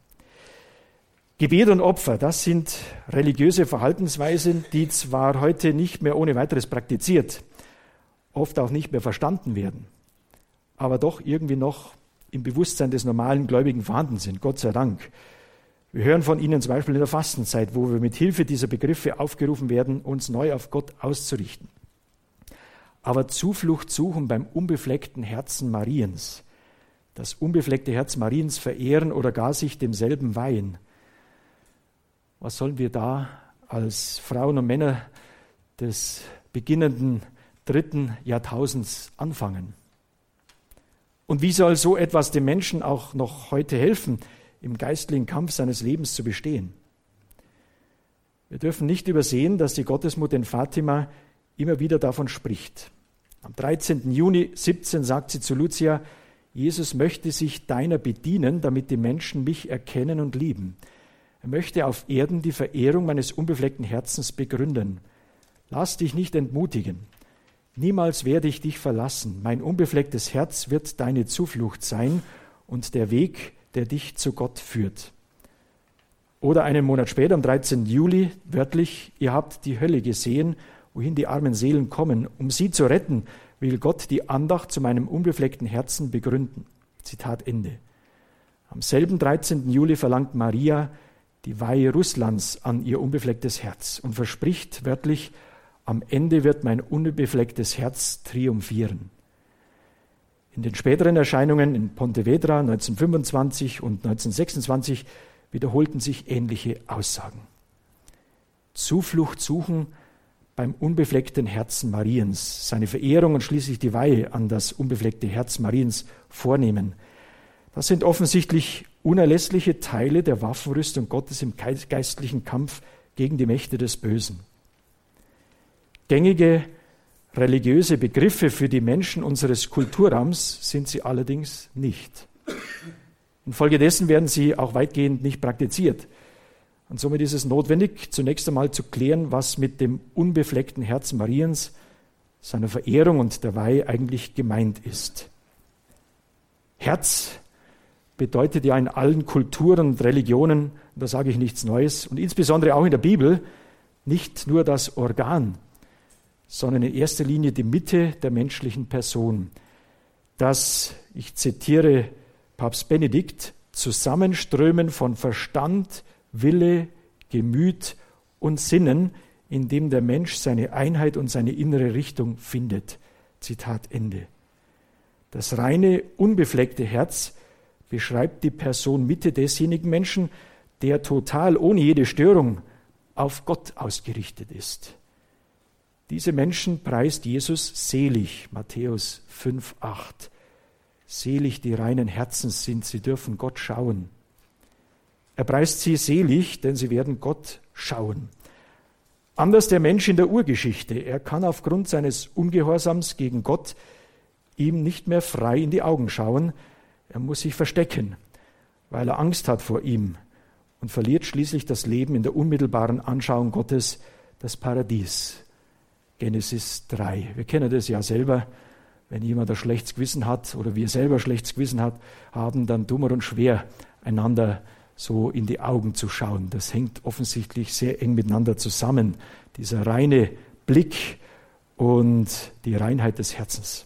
Speaker 2: Gebet und Opfer, das sind religiöse Verhaltensweisen, die zwar heute nicht mehr ohne weiteres praktiziert, oft auch nicht mehr verstanden werden, aber doch irgendwie noch im Bewusstsein des normalen Gläubigen vorhanden sind, Gott sei Dank. Wir hören von ihnen zum Beispiel in der Fastenzeit, wo wir mit Hilfe dieser Begriffe aufgerufen werden, uns neu auf Gott auszurichten. Aber Zuflucht suchen beim unbefleckten Herzen Mariens, das unbefleckte Herz Mariens verehren oder gar sich demselben weihen. Was sollen wir da als Frauen und Männer des beginnenden dritten Jahrtausends anfangen? Und wie soll so etwas dem Menschen auch noch heute helfen, im geistlichen Kampf seines Lebens zu bestehen? Wir dürfen nicht übersehen, dass die Gottesmutter in Fatima immer wieder davon spricht. Am dreizehnten Juni siebzehn sagt sie zu Lucia, Jesus möchte sich deiner bedienen, damit die Menschen mich erkennen und lieben. Er möchte auf Erden die Verehrung meines unbefleckten Herzens begründen. Lass dich nicht entmutigen. Niemals werde ich dich verlassen. Mein unbeflecktes Herz wird deine Zuflucht sein und der Weg, der dich zu Gott führt. Oder einen Monat später, am dreizehnten Juli, wörtlich, ihr habt die Hölle gesehen, wohin die armen Seelen kommen. Um sie zu retten, will Gott die Andacht zu meinem unbefleckten Herzen begründen. Zitat Ende. Am selben dreizehnten Juli verlangt Maria die Weihe Russlands an ihr unbeflecktes Herz und verspricht wörtlich, am Ende wird mein unbeflecktes Herz triumphieren. In den späteren Erscheinungen in Pontevedra neunzehnhundertfünfundzwanzig und neunzehnhundertsechsundzwanzig wiederholten sich ähnliche Aussagen. Zuflucht suchen beim unbefleckten Herzen Mariens, seine Verehrung und schließlich die Weihe an das unbefleckte Herz Mariens vornehmen. Das sind offensichtlich unerlässliche Teile der Waffenrüstung Gottes im geistlichen Kampf gegen die Mächte des Bösen. Gängige religiöse Begriffe für die Menschen unseres Kulturraums sind sie allerdings nicht. Infolgedessen werden sie auch weitgehend nicht praktiziert. Und somit ist es notwendig, zunächst einmal zu klären, was mit dem unbefleckten Herzen Mariens, seiner Verehrung und der Weihe eigentlich gemeint ist. Herz bedeutet ja in allen Kulturen und Religionen, da sage ich nichts Neues, und insbesondere auch in der Bibel, nicht nur das Organ, sondern in erster Linie die Mitte der menschlichen Person. Das, ich zitiere Papst Benedikt, Zusammenströmen von Verstand, Wille, Gemüt und Sinnen, in dem der Mensch seine Einheit und seine innere Richtung findet. Zitat Ende. Das reine, unbefleckte Herz beschreibt die Person Mitte desjenigen Menschen, der total ohne jede Störung auf Gott ausgerichtet ist. Diese Menschen preist Jesus selig, Matthäus fünf, acht. Selig die reinen Herzens sind, sie dürfen Gott schauen. Er preist sie selig, denn sie werden Gott schauen. Anders der Mensch in der Urgeschichte. Er kann aufgrund seines Ungehorsams gegen Gott ihm nicht mehr frei in die Augen schauen. Er muss sich verstecken, weil er Angst hat vor ihm und verliert schließlich das Leben in der unmittelbaren Anschauung Gottes, das Paradies. Genesis drei. Wir kennen das ja selber. Wenn jemand ein schlechtes Gewissen hat oder wir selber ein schlechtes Gewissen hat, haben, dann tun wir uns schwer, einander so in die Augen zu schauen. Das hängt offensichtlich sehr eng miteinander zusammen, dieser reine Blick und die Reinheit des Herzens.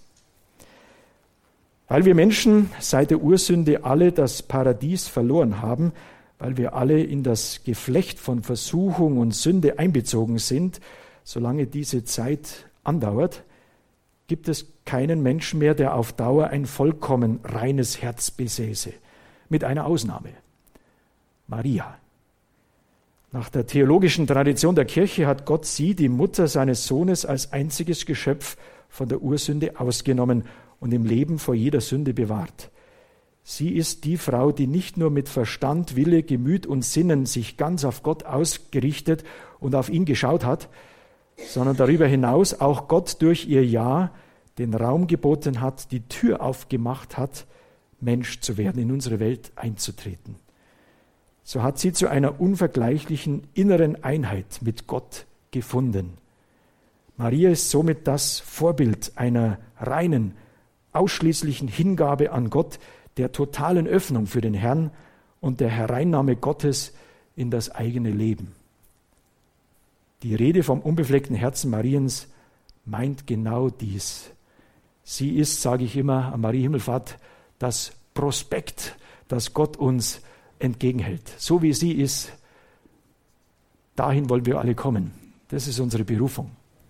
Speaker 2: Weil wir Menschen seit der Ursünde alle das Paradies verloren haben, weil wir alle in das Geflecht von Versuchung und Sünde einbezogen sind, solange diese Zeit andauert, gibt es keinen Menschen mehr, der auf Dauer ein vollkommen reines Herz besäße. Mit einer Ausnahme. Maria. Nach der theologischen Tradition der Kirche hat Gott sie, die Mutter seines Sohnes, als einziges Geschöpf von der Ursünde ausgenommen und im Leben vor jeder Sünde bewahrt. Sie ist die Frau, die nicht nur mit Verstand, Wille, Gemüt und Sinnen sich ganz auf Gott ausgerichtet und auf ihn geschaut hat, sondern darüber hinaus auch Gott durch ihr Ja den Raum geboten hat, die Tür aufgemacht hat, Mensch zu werden, in unsere Welt einzutreten. So hat sie zu einer unvergleichlichen inneren Einheit mit Gott gefunden. Maria ist somit das Vorbild einer reinen, ausschließlichen Hingabe an Gott, der totalen Öffnung für den Herrn und der Hereinnahme Gottes in das eigene Leben. Die Rede vom unbefleckten Herzen Mariens meint genau dies. Sie ist, sage ich immer, am Mariahimmelfahrt das Prospekt, das Gott uns entgegenhält. So wie sie ist, dahin wollen wir alle kommen. Das ist unsere Berufung.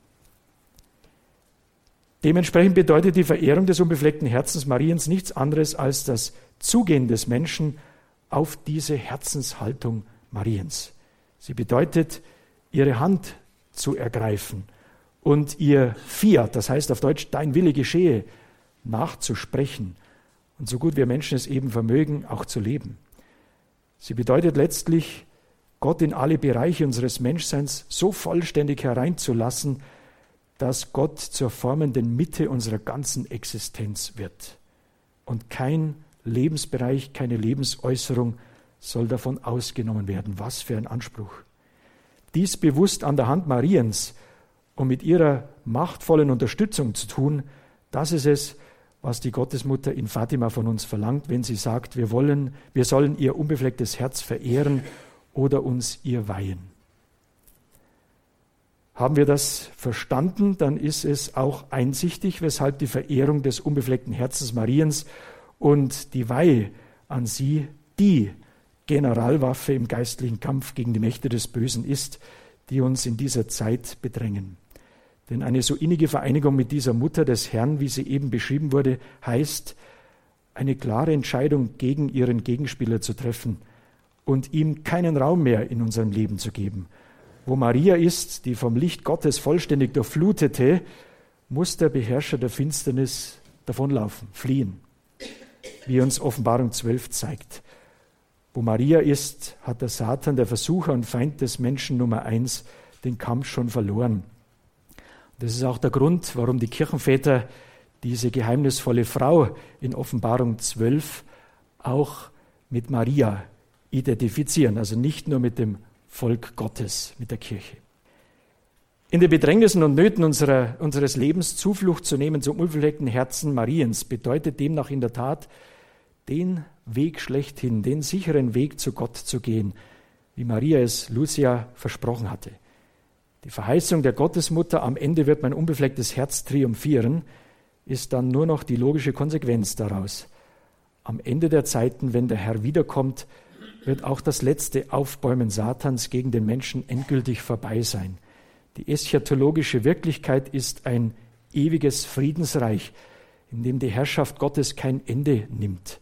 Speaker 2: Dementsprechend bedeutet die Verehrung des unbefleckten Herzens Mariens nichts anderes als das Zugehen des Menschen auf diese Herzenshaltung Mariens. Sie bedeutet, ihre Hand zu ergreifen und ihr Fiat, das heißt auf Deutsch, dein Wille geschehe, nachzusprechen und so gut wir Menschen es eben vermögen, auch zu leben. Sie bedeutet letztlich, Gott in alle Bereiche unseres Menschseins so vollständig hereinzulassen, dass Gott zur formenden Mitte unserer ganzen Existenz wird. Und kein Lebensbereich, keine Lebensäußerung soll davon ausgenommen werden. Was für ein Anspruch. Dies bewusst an der Hand Mariens und mit ihrer machtvollen Unterstützung zu tun, das ist es, was die Gottesmutter in Fatima von uns verlangt, wenn sie sagt, wir wollen, wir sollen ihr unbeflecktes Herz verehren oder uns ihr weihen. Haben wir das verstanden, dann ist es auch einsichtig, weshalb die Verehrung des unbefleckten Herzens Mariens und die Weihe an sie die Generalwaffe im geistlichen Kampf gegen die Mächte des Bösen ist, die uns in dieser Zeit bedrängen. Denn eine so innige Vereinigung mit dieser Mutter des Herrn, wie sie eben beschrieben wurde, heißt, eine klare Entscheidung gegen ihren Gegenspieler zu treffen und ihm keinen Raum mehr in unserem Leben zu geben. Wo Maria ist, die vom Licht Gottes vollständig durchflutete, muss der Beherrscher der Finsternis davonlaufen, fliehen, wie uns Offenbarung zwölf zeigt. Wo Maria ist, hat der Satan, der Versucher und Feind des Menschen Nummer eins, den Kampf schon verloren. Das ist auch der Grund, warum die Kirchenväter diese geheimnisvolle Frau in Offenbarung zwölf auch mit Maria identifizieren, also nicht nur mit dem Volk Gottes, mit der Kirche. In den Bedrängnissen und Nöten unserer, unseres Lebens Zuflucht zu nehmen zum unbefleckten Herzen Mariens bedeutet demnach in der Tat, den Weg schlechthin, den sicheren Weg zu Gott zu gehen, wie Maria es Lucia versprochen hatte. Die Verheißung der Gottesmutter, am Ende wird mein unbeflecktes Herz triumphieren, ist dann nur noch die logische Konsequenz daraus. Am Ende der Zeiten, wenn der Herr wiederkommt, wird auch das letzte Aufbäumen Satans gegen den Menschen endgültig vorbei sein. Die eschatologische Wirklichkeit ist ein ewiges Friedensreich, in dem die Herrschaft Gottes kein Ende nimmt.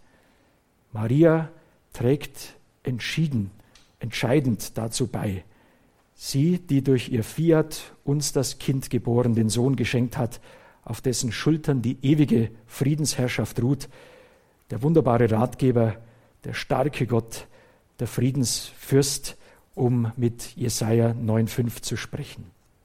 Speaker 2: Maria trägt entschieden, entscheidend dazu bei. Sie, die durch ihr Fiat uns das Kind geboren, den Sohn geschenkt hat, auf dessen Schultern die ewige Friedensherrschaft ruht, der wunderbare Ratgeber, der starke Gott, der Friedensfürst, um mit Jesaja neun fünf zu sprechen.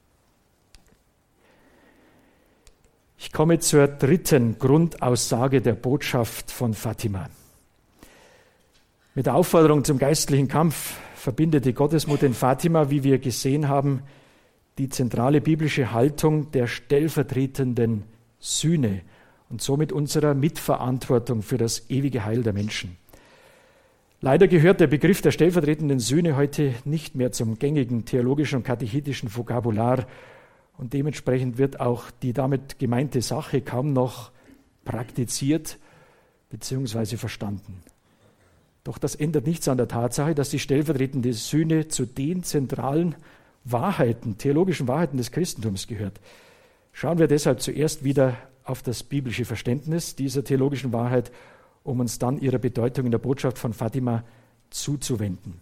Speaker 2: Ich komme zur dritten Grundaussage der Botschaft von Fatima. Mit der Aufforderung zum geistlichen Kampf verbindet die Gottesmutter in Fatima, wie wir gesehen haben, die zentrale biblische Haltung der stellvertretenden Sühne und somit unserer Mitverantwortung für das ewige Heil der Menschen. Leider gehört der Begriff der stellvertretenden Sühne heute nicht mehr zum gängigen theologischen und katechetischen Vokabular und dementsprechend wird auch die damit gemeinte Sache kaum noch praktiziert bzw. verstanden. Doch das ändert nichts an der Tatsache, dass die stellvertretende Sühne zu den zentralen Wahrheiten, theologischen Wahrheiten des Christentums gehört. Schauen wir deshalb zuerst wieder auf das biblische Verständnis dieser theologischen Wahrheit, um uns dann ihrer Bedeutung in der Botschaft von Fatima zuzuwenden.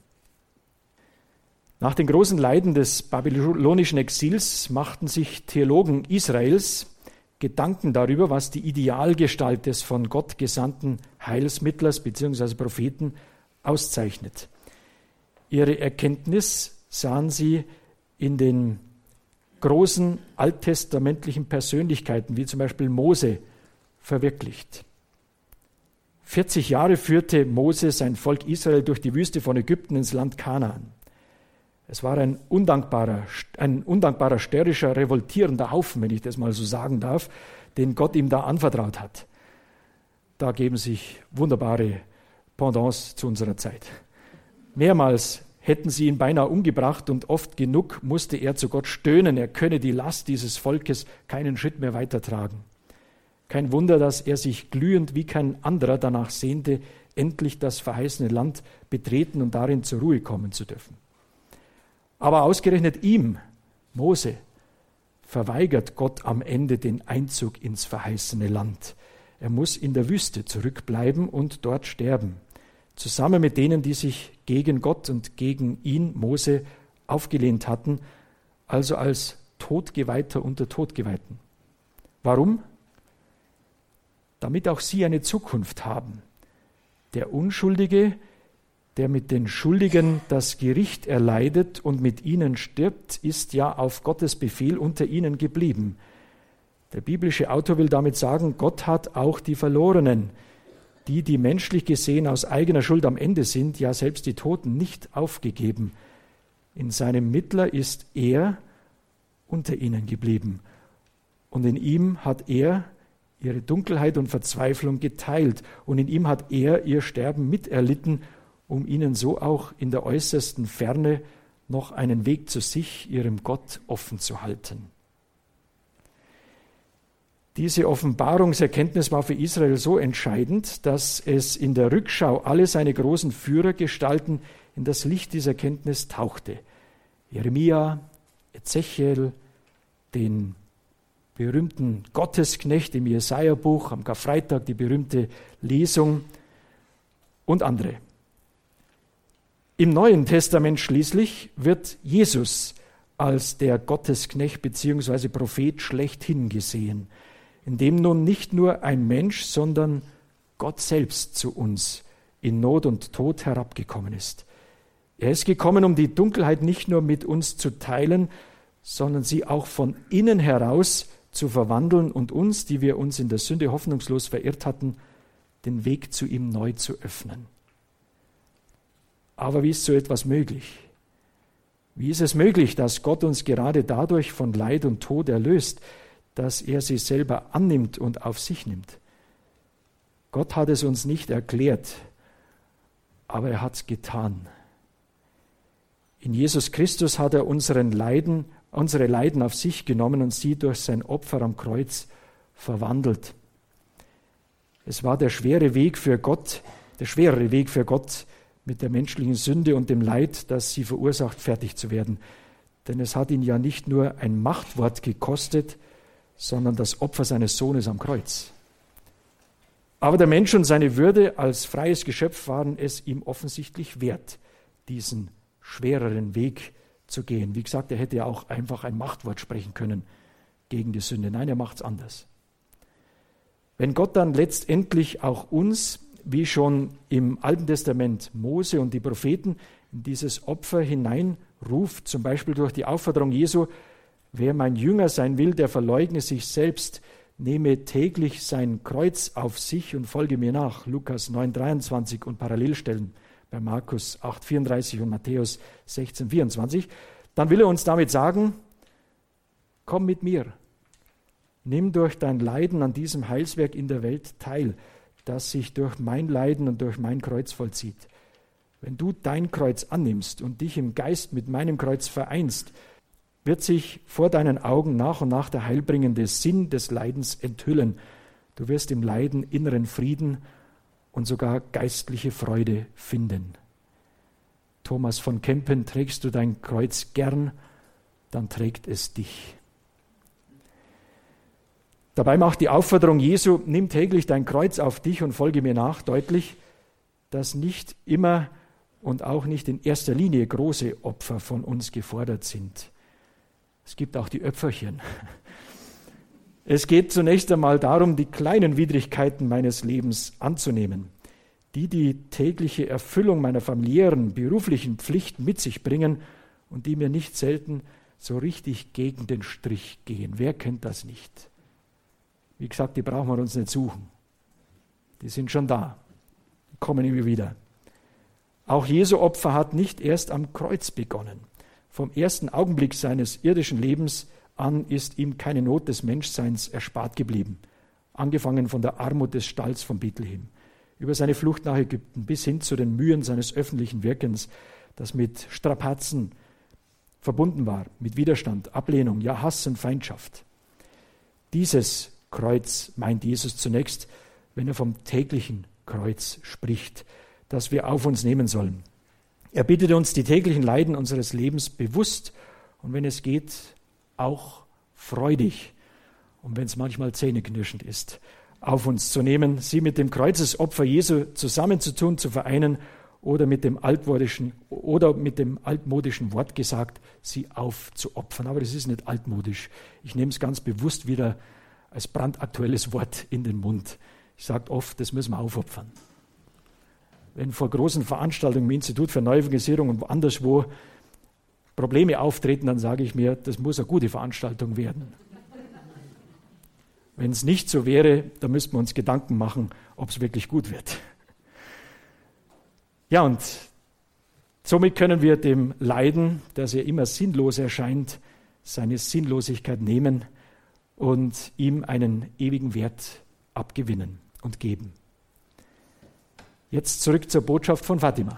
Speaker 2: Nach den großen Leiden des babylonischen Exils machten sich Theologen Israels Gedanken darüber, was die Idealgestalt des von Gott gesandten Heilsmittlers bzw. Propheten auszeichnet. Ihre Erkenntnis sahen sie in den großen alttestamentlichen Persönlichkeiten, wie zum Beispiel Mose, verwirklicht. vierzig Jahre führte Mose sein Volk Israel durch die Wüste von Ägypten ins Land Kanaan. Es war ein undankbarer, ein undankbarer, störrischer, revoltierender Haufen, wenn ich das mal so sagen darf, den Gott ihm da anvertraut hat. Da geben sich wunderbare Pendants zu unserer Zeit. Mehrmals hätten sie ihn beinahe umgebracht und oft genug musste er zu Gott stöhnen, er könne die Last dieses Volkes keinen Schritt mehr weitertragen. Kein Wunder, dass er sich glühend wie kein anderer danach sehnte, endlich das verheißene Land betreten und darin zur Ruhe kommen zu dürfen. Aber ausgerechnet ihm, Mose, verweigert Gott am Ende den Einzug ins verheißene Land. Er muss in der Wüste zurückbleiben und dort sterben, zusammen mit denen, die sich gegen Gott und gegen ihn, Mose, aufgelehnt hatten, also als Todgeweihter unter Todgeweihten. Warum? Damit auch sie eine Zukunft haben. Der Unschuldige, der mit den Schuldigen das Gericht erleidet und mit ihnen stirbt, ist ja auf Gottes Befehl unter ihnen geblieben. Der biblische Autor will damit sagen, Gott hat auch die Verlorenen, die, die menschlich gesehen aus eigener Schuld am Ende sind, ja selbst die Toten, nicht aufgegeben. In seinem Mittler ist er unter ihnen geblieben. Und in ihm hat er ihre Dunkelheit und Verzweiflung geteilt. Und in ihm hat er ihr Sterben miterlitten, um ihnen so auch in der äußersten Ferne noch einen Weg zu sich, ihrem Gott, offen zu halten. Diese Offenbarungserkenntnis war für Israel so entscheidend, dass es in der Rückschau alle seine großen Führergestalten in das Licht dieser Erkenntnis tauchte. Jeremia, Ezechiel, den berühmten Gottesknecht im Jesaja-Buch, am Karfreitag die berühmte Lesung und andere. Im Neuen Testament schließlich wird Jesus als der Gottesknecht bzw. Prophet schlechthin gesehen, in dem nun nicht nur ein Mensch, sondern Gott selbst zu uns in Not und Tod herabgekommen ist. Er ist gekommen, um die Dunkelheit nicht nur mit uns zu teilen, sondern sie auch von innen heraus zu verwandeln und uns, die wir uns in der Sünde hoffnungslos verirrt hatten, den Weg zu ihm neu zu öffnen. Aber wie ist so etwas möglich? Wie ist es möglich, dass Gott uns gerade dadurch von Leid und Tod erlöst, dass er sie selber annimmt und auf sich nimmt? Gott hat es uns nicht erklärt, aber er hat es getan. In Jesus Christus hat er unseren Leiden, unsere Leiden auf sich genommen und sie durch sein Opfer am Kreuz verwandelt. Es war der schwere Weg für Gott, der schwerere Weg für Gott, mit der menschlichen Sünde und dem Leid, das sie verursacht, fertig zu werden. Denn es hat ihn ja nicht nur ein Machtwort gekostet, sondern das Opfer seines Sohnes am Kreuz. Aber der Mensch und seine Würde als freies Geschöpf waren es ihm offensichtlich wert, diesen schwereren Weg zu gehen. Wie gesagt, er hätte ja auch einfach ein Machtwort sprechen können gegen die Sünde. Nein, er macht es anders. Wenn Gott dann letztendlich auch uns, wie schon im Alten Testament Mose und die Propheten, in dieses Opfer hineinruft, zum Beispiel durch die Aufforderung Jesu, wer mein Jünger sein will, der verleugne sich selbst, nehme täglich sein Kreuz auf sich und folge mir nach. Lukas neun dreiundzwanzig und Parallelstellen bei Markus acht vierunddreißig und Matthäus sechzehn vierundzwanzig. Dann will er uns damit sagen, komm mit mir, nimm durch dein Leiden an diesem Heilswerk in der Welt teil, das sich durch mein Leiden und durch mein Kreuz vollzieht. Wenn du dein Kreuz annimmst und dich im Geist mit meinem Kreuz vereinst, wird sich vor deinen Augen nach und nach der heilbringende Sinn des Leidens enthüllen. Du wirst im Leiden inneren Frieden und sogar geistliche Freude finden. Thomas von Kempen, trägst du dein Kreuz gern, dann trägt es dich. Dabei macht die Aufforderung Jesu, nimm täglich dein Kreuz auf dich und folge mir nach, deutlich, dass nicht immer und auch nicht in erster Linie große Opfer von uns gefordert sind. Es gibt auch die Öpferchen. Es geht zunächst einmal darum, die kleinen Widrigkeiten meines Lebens anzunehmen, die die tägliche Erfüllung meiner familiären, beruflichen Pflichten mit sich bringen und die mir nicht selten so richtig gegen den Strich gehen. Wer kennt das nicht? Wie gesagt, die brauchen wir uns nicht suchen. Die sind schon da, kommen immer wieder. Auch Jesu Opfer hat nicht erst am Kreuz begonnen. Vom ersten Augenblick seines irdischen Lebens an ist ihm keine Not des Menschseins erspart geblieben. Angefangen von der Armut des Stalls von Bethlehem, über seine Flucht nach Ägypten bis hin zu den Mühen seines öffentlichen Wirkens, das mit Strapazen verbunden war, mit Widerstand, Ablehnung, ja Hass und Feindschaft. Dieses Kreuz meint Jesus zunächst, wenn er vom täglichen Kreuz spricht, das wir auf uns nehmen sollen. Er bittet uns, die täglichen Leiden unseres Lebens bewusst und wenn es geht, auch freudig und wenn es manchmal zähneknirschend ist, auf uns zu nehmen, sie mit dem Kreuzesopfer Jesu zusammenzutun, zu vereinen oder mit dem altmodischen oder mit dem altmodischen Wort gesagt, sie aufzuopfern. Aber das ist nicht altmodisch. Ich nehme es ganz bewusst wieder als brandaktuelles Wort in den Mund. Ich sage oft, das müssen wir aufopfern. Wenn vor großen Veranstaltungen im Institut für Neuevangelisierung und anderswo Probleme auftreten, dann sage ich mir, das muss eine gute Veranstaltung werden. Wenn es nicht so wäre, dann müssten wir uns Gedanken machen, ob es wirklich gut wird. Ja, und somit können wir dem Leiden, das ja immer sinnlos erscheint, seine Sinnlosigkeit nehmen und ihm einen ewigen Wert abgewinnen und geben. Jetzt zurück zur Botschaft von Fatima.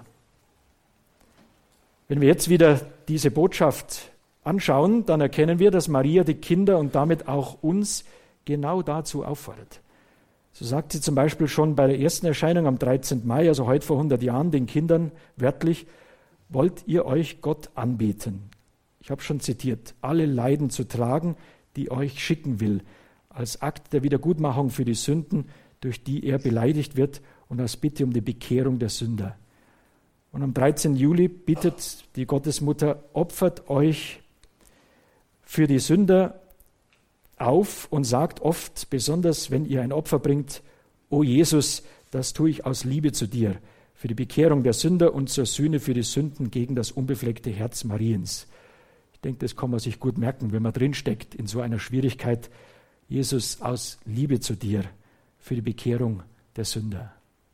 Speaker 2: Wenn wir jetzt wieder diese Botschaft anschauen, dann erkennen wir, dass Maria die Kinder und damit auch uns genau dazu auffordert. So sagt sie zum Beispiel schon bei der ersten Erscheinung am dreizehnten Mai, also heute vor hundert Jahren, den Kindern wörtlich, wollt ihr euch Gott anbeten? Ich habe schon zitiert, alle Leiden zu tragen, die euch schicken will, als Akt der Wiedergutmachung für die Sünden, durch die er beleidigt wird und als Bitte um die Bekehrung der Sünder. Und am dreizehnten Juli bittet die Gottesmutter, opfert euch für die Sünder auf und sagt oft, besonders wenn ihr ein Opfer bringt, O Jesus, das tue ich aus Liebe zu dir, für die Bekehrung der Sünder und zur Sühne für die Sünden gegen das unbefleckte Herz Mariens. Ich denke, das kann man sich gut merken, wenn man drinsteckt in so einer Schwierigkeit. Jesus, aus Liebe zu dir, für die Bekehrung der Sünder.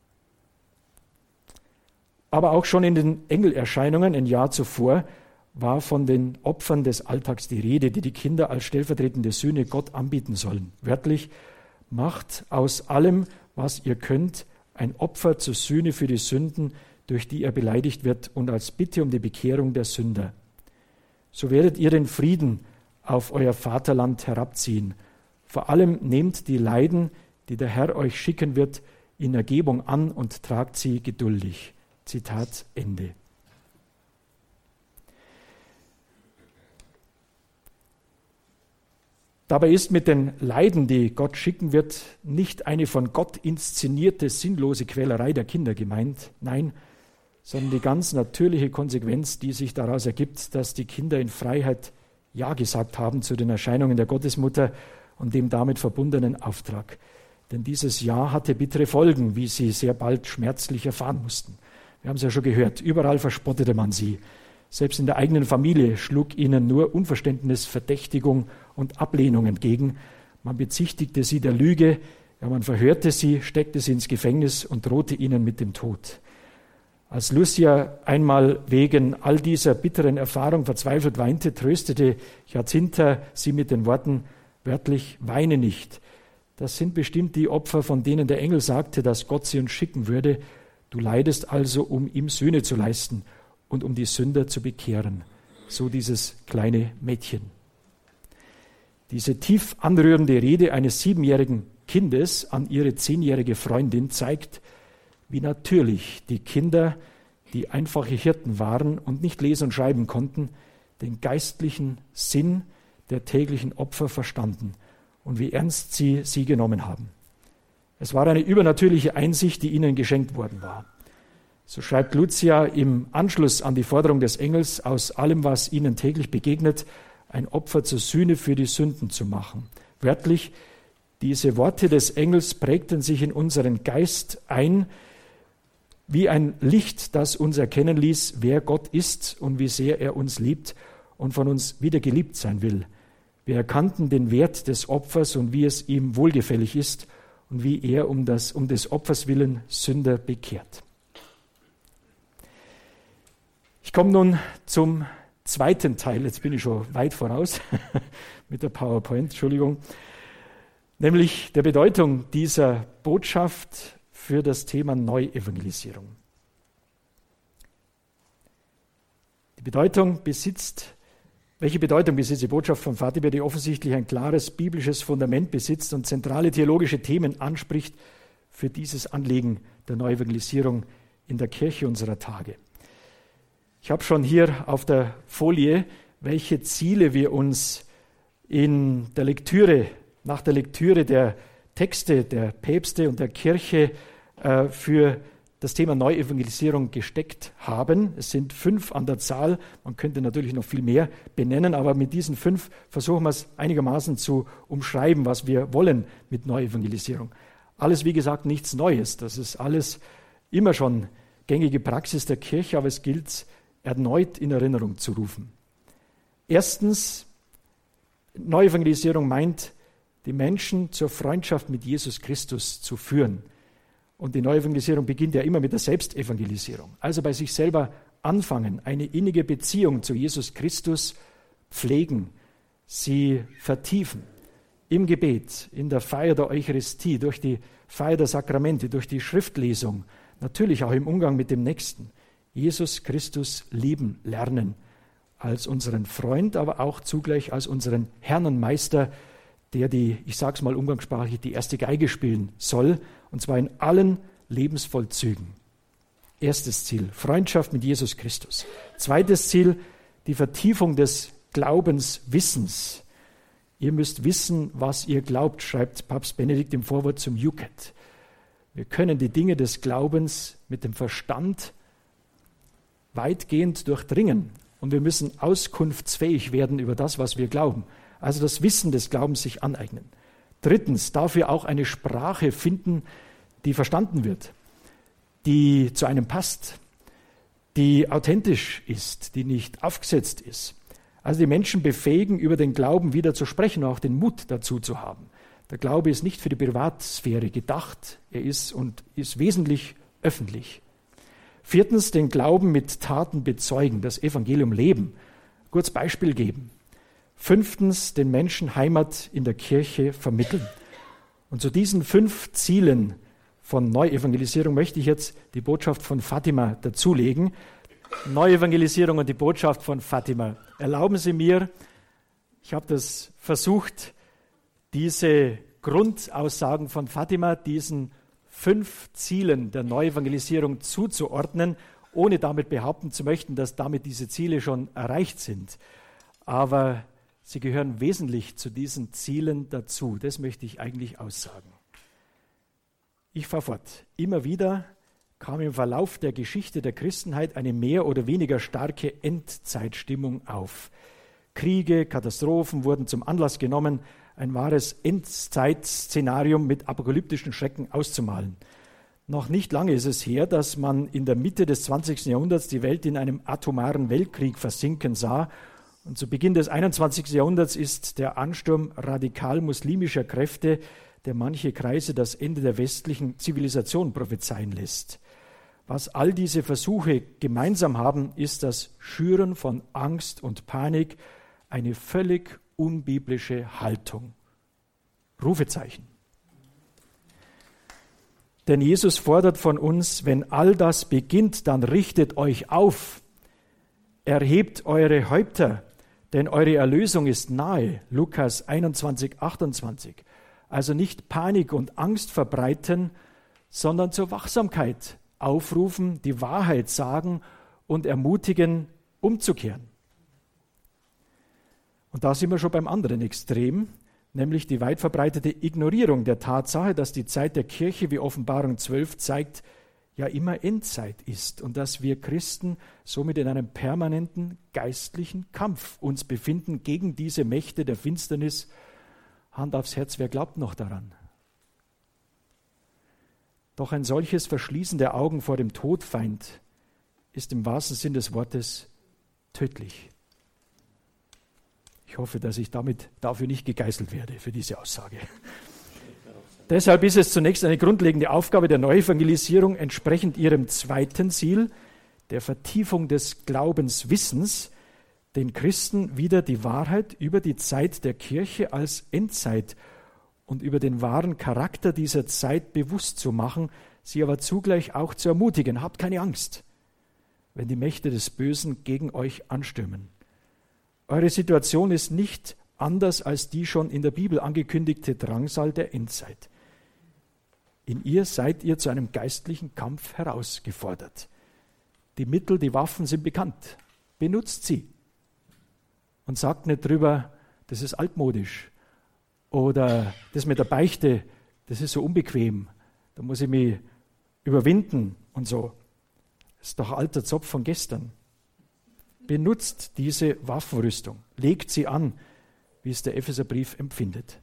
Speaker 2: Aber auch schon in den Engelerscheinungen ein Jahr zuvor war von den Opfern des Alltags die Rede, die die Kinder als stellvertretende Sühne Gott anbieten sollen. Wörtlich, macht aus allem, was ihr könnt, ein Opfer zur Sühne für die Sünden, durch die er beleidigt wird und als Bitte um die Bekehrung der Sünder. So werdet ihr den Frieden auf euer Vaterland herabziehen. Vor allem nehmt die Leiden, die der Herr euch schicken wird, in Ergebung an und tragt sie geduldig. Zitat Ende. Dabei ist mit den Leiden, die Gott schicken wird, nicht eine von Gott inszenierte, sinnlose Quälerei der Kinder gemeint, nein, sondern die ganz natürliche Konsequenz, die sich daraus ergibt, dass die Kinder in Freiheit Ja gesagt haben zu den Erscheinungen der Gottesmutter und dem damit verbundenen Auftrag. Denn dieses Ja hatte bittere Folgen, wie sie sehr bald schmerzlich erfahren mussten. Wir haben es ja schon gehört, überall verspottete man sie. Selbst in der eigenen Familie schlug ihnen nur Unverständnis, Verdächtigung und Ablehnung entgegen. Man bezichtigte sie der Lüge, ja, man verhörte sie, steckte sie ins Gefängnis und drohte ihnen mit dem Tod. Als Lucia einmal wegen all dieser bitteren Erfahrung verzweifelt weinte, tröstete Jacinta sie mit den Worten, wörtlich, weine nicht. Das sind bestimmt die Opfer, von denen der Engel sagte, dass Gott sie uns schicken würde. Du leidest also, um ihm Sühne zu leisten und um die Sünder zu bekehren. So dieses kleine Mädchen. Diese tief anrührende Rede eines siebenjährigen Kindes an ihre zehnjährige Freundin zeigt, wie natürlich die Kinder, die einfache Hirten waren und nicht lesen und schreiben konnten, den geistlichen Sinn der täglichen Opfer verstanden und wie ernst sie sie genommen haben. Es war eine übernatürliche Einsicht, die ihnen geschenkt worden war. So schreibt Lucia im Anschluss an die Forderung des Engels, aus allem, was ihnen täglich begegnet, ein Opfer zur Sühne für die Sünden zu machen. Wörtlich, diese Worte des Engels prägten sich in unseren Geist ein, wie ein Licht, das uns erkennen ließ, wer Gott ist und wie sehr er uns liebt und von uns wieder geliebt sein will. Wir erkannten den Wert des Opfers und wie es ihm wohlgefällig ist und wie er um, das, um des Opfers willen Sünder bekehrt. Ich komme nun zum zweiten Teil, jetzt bin ich schon weit voraus mit der PowerPoint, Entschuldigung, nämlich der Bedeutung dieser Botschaft für das Thema Neuevangelisierung. Die Bedeutung besitzt, welche Bedeutung besitzt die Botschaft von Fatima, die offensichtlich ein klares biblisches Fundament besitzt und zentrale theologische Themen anspricht für dieses Anliegen der Neuevangelisierung in der Kirche unserer Tage? Ich habe schon hier auf der Folie, welche Ziele wir uns in der Lektüre, nach der Lektüre der Texte der Päpste und der Kirche äh, für das Thema Neuevangelisierung gesteckt haben. Es sind fünf an der Zahl. Man könnte natürlich noch viel mehr benennen, aber mit diesen fünf versuchen wir es einigermaßen zu umschreiben, was wir wollen mit Neuevangelisierung. Alles, wie gesagt, nichts Neues. Das ist alles immer schon gängige Praxis der Kirche, aber es gilt, erneut in Erinnerung zu rufen. Erstens, Neuevangelisierung meint, die Menschen zur Freundschaft mit Jesus Christus zu führen. Und die Neuevangelisierung beginnt ja immer mit der Selbstevangelisierung. Also bei sich selber anfangen, eine innige Beziehung zu Jesus Christus pflegen, sie vertiefen. Im Gebet, in der Feier der Eucharistie, durch die Feier der Sakramente, durch die Schriftlesung, natürlich auch im Umgang mit dem Nächsten. Jesus Christus lieben lernen als unseren Freund, aber auch zugleich als unseren Herrn und Meister, der die, ich sage es mal umgangssprachlich, die erste Geige spielen soll, und zwar in allen Lebensvollzügen. Erstes Ziel, Freundschaft mit Jesus Christus. Zweites Ziel, die Vertiefung des Glaubenswissens. Ihr müsst wissen, was ihr glaubt, schreibt Papst Benedikt im Vorwort zum Jucat. Wir können die Dinge des Glaubens mit dem Verstand weitgehend durchdringen und wir müssen auskunftsfähig werden über das, was wir glauben. Also das Wissen des Glaubens sich aneignen. Drittens, dafür auch eine Sprache finden, die verstanden wird, die zu einem passt, die authentisch ist, die nicht aufgesetzt ist. Also die Menschen befähigen, über den Glauben wieder zu sprechen und auch den Mut dazu zu haben. Der Glaube ist nicht für die Privatsphäre gedacht, er ist und ist wesentlich öffentlich. Viertens, den Glauben mit Taten bezeugen, das Evangelium leben, kurz Beispiel geben. Fünftens, den Menschen Heimat in der Kirche vermitteln. Und zu diesen fünf Zielen von Neuevangelisierung möchte ich jetzt die Botschaft von Fatima dazulegen. Neuevangelisierung und die Botschaft von Fatima. Erlauben Sie mir, ich habe das versucht, diese Grundaussagen von Fatima, diesen fünf Zielen der Neuevangelisierung zuzuordnen, ohne damit behaupten zu möchten, dass damit diese Ziele schon erreicht sind. Aber sie gehören wesentlich zu diesen Zielen dazu. Das möchte ich eigentlich aussagen. Ich fahre fort. Immer wieder kam im Verlauf der Geschichte der Christenheit eine mehr oder weniger starke Endzeitstimmung auf. Kriege, Katastrophen wurden zum Anlass genommen, ein wahres Endzeitszenarium mit apokalyptischen Schrecken auszumalen. Noch nicht lange ist es her, dass man in der Mitte des zwanzigsten Jahrhunderts die Welt in einem atomaren Weltkrieg versinken sah. Und zu Beginn des einundzwanzigsten Jahrhunderts ist der Ansturm radikal-muslimischer Kräfte, der manche Kreise das Ende der westlichen Zivilisation prophezeien lässt. Was all diese Versuche gemeinsam haben, ist das Schüren von Angst und Panik, eine völlig unbiblische Haltung. Rufezeichen. Denn Jesus fordert von uns, wenn all das beginnt, dann richtet euch auf, erhebt eure Häupter, denn eure Erlösung ist nahe. Lukas einundzwanzig, achtundzwanzig. Also nicht Panik und Angst verbreiten, sondern zur Wachsamkeit aufrufen, die Wahrheit sagen und ermutigen, umzukehren. Und da sind wir schon beim anderen Extrem. nämlich die weit verbreitete Ignorierung der Tatsache, dass die Zeit der Kirche, wie Offenbarung zwölf zeigt, ja immer Endzeit ist und dass wir Christen somit in einem permanenten geistlichen Kampf uns befinden gegen diese Mächte der Finsternis. Hand aufs Herz, wer glaubt noch daran? Doch ein solches Verschließen der Augen vor dem Todfeind ist im wahrsten Sinn des Wortes tödlich. Ich hoffe, dass ich damit dafür nicht gegeißelt werde, für diese Aussage. Deshalb ist es zunächst eine grundlegende Aufgabe der Neuevangelisierung, entsprechend ihrem zweiten Ziel, der Vertiefung des Glaubenswissens, den Christen wieder die Wahrheit über die Zeit der Kirche als Endzeit und über den wahren Charakter dieser Zeit bewusst zu machen, sie aber zugleich auch zu ermutigen. Habt keine Angst, wenn die Mächte des Bösen gegen euch anstürmen. Eure Situation ist nicht anders als die schon in der Bibel angekündigte Drangsal der Endzeit. In ihr seid ihr zu einem geistlichen Kampf herausgefordert. Die Mittel, die Waffen sind bekannt. Benutzt sie. Und sagt nicht drüber, das ist altmodisch. Oder das mit der Beichte, das ist so unbequem. Da muss ich mich überwinden und so. Das ist doch alter Zopf von gestern. Benutzt diese Waffenrüstung. Legt sie an, wie es der Epheserbrief empfindet.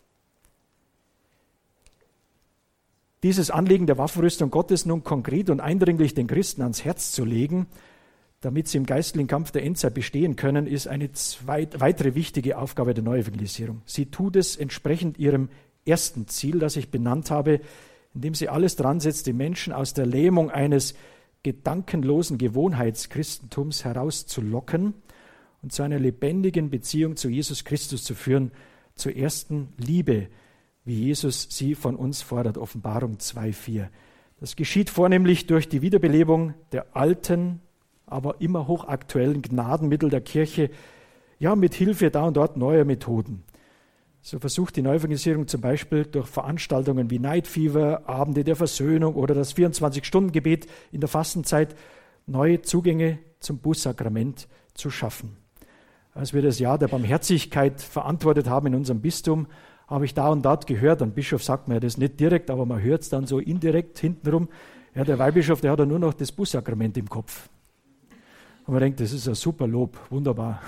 Speaker 2: Dieses Anlegen der Waffenrüstung Gottes nun konkret und eindringlich den Christen ans Herz zu legen, damit sie im geistlichen Kampf der Endzeit bestehen können, ist eine zweit, weitere wichtige Aufgabe der Neuevangelisierung. Sie tut es entsprechend ihrem ersten Ziel, das ich benannt habe, indem sie alles dran setzt, die Menschen aus der Lähmung eines gedankenlosen Gewohnheitschristentums herauszulocken und zu einer lebendigen Beziehung zu Jesus Christus zu führen, zur ersten Liebe, wie Jesus sie von uns fordert, Offenbarung zwei vier. Das geschieht vornehmlich durch die Wiederbelebung der alten, aber immer hochaktuellen Gnadenmittel der Kirche, ja mit Hilfe da und dort neuer Methoden. So versucht die Neuevangelisierung zum Beispiel durch Veranstaltungen wie Night Fever, Abende der Versöhnung oder das vierundzwanzig-Stunden-Gebet in der Fastenzeit neue Zugänge zum Bußsakrament zu schaffen. Als wir das Jahr der Barmherzigkeit verantwortet haben in unserem Bistum, habe ich da und dort gehört, ein Bischof sagt mir das nicht direkt, aber man hört es dann so indirekt hintenrum, ja, der Weihbischof, der hat ja nur noch das Bußsakrament im Kopf. Und man denkt, das ist ein super Lob, wunderbar.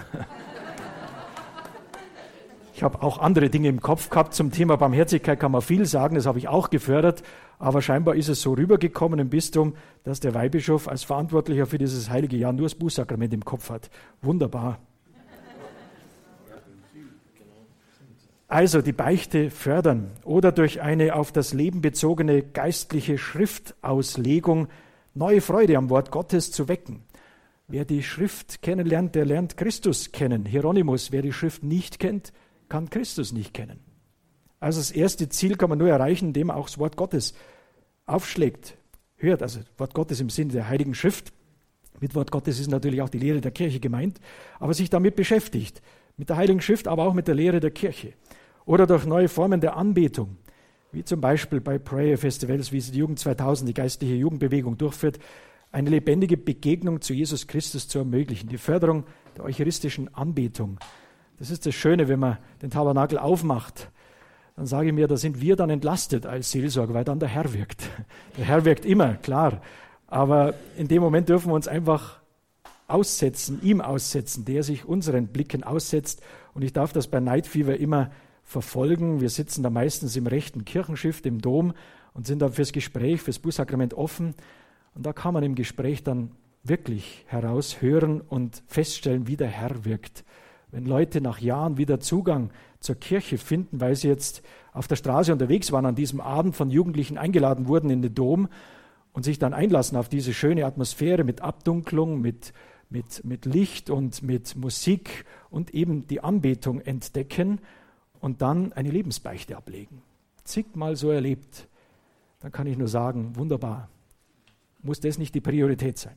Speaker 2: Ich habe auch andere Dinge im Kopf gehabt. Zum Thema Barmherzigkeit kann man viel sagen, das habe ich auch gefördert. Aber scheinbar ist es so rübergekommen im Bistum, dass der Weihbischof als Verantwortlicher für dieses heilige Jahr nur das Bußsakrament im Kopf hat. Wunderbar. Also die Beichte fördern oder durch eine auf das Leben bezogene geistliche Schriftauslegung neue Freude am Wort Gottes zu wecken. Wer die Schrift kennenlernt, der lernt Christus kennen. Hieronymus, wer die Schrift nicht kennt, kann Christus nicht kennen. Also das erste Ziel kann man nur erreichen, indem man auch das Wort Gottes aufschlägt, hört. Also Wort Gottes im Sinne der Heiligen Schrift. Mit Wort Gottes ist natürlich auch die Lehre der Kirche gemeint, aber sich damit beschäftigt. Mit der Heiligen Schrift, aber auch mit der Lehre der Kirche. Oder durch neue Formen der Anbetung, wie zum Beispiel bei Prayer Festivals, wie sie die Jugend zweitausend, die geistliche Jugendbewegung durchführt, eine lebendige Begegnung zu Jesus Christus zu ermöglichen. Die Förderung der eucharistischen Anbetung. Das ist das Schöne, wenn man den Tabernakel aufmacht. Dann sage ich mir, da sind wir dann entlastet als Seelsorger, weil dann der Herr wirkt. Der Herr wirkt immer, klar. Aber in dem Moment dürfen wir uns einfach aussetzen, ihm aussetzen, der sich unseren Blicken aussetzt. Und ich darf das bei Night Fever immer verfolgen. Wir sitzen da meistens im rechten Kirchenschiff, im Dom, und sind dann fürs Gespräch, fürs Bußsakrament offen. Und da kann man im Gespräch dann wirklich heraushören und feststellen, wie der Herr wirkt. Wenn Leute nach Jahren wieder Zugang zur Kirche finden, weil sie jetzt auf der Straße unterwegs waren, an diesem Abend von Jugendlichen eingeladen wurden in den Dom und sich dann einlassen auf diese schöne Atmosphäre mit Abdunklung, mit, mit, mit Licht und mit Musik und eben die Anbetung entdecken und dann eine Lebensbeichte ablegen. Zigmal so erlebt, dann kann ich nur sagen, wunderbar. Muss das nicht die Priorität sein?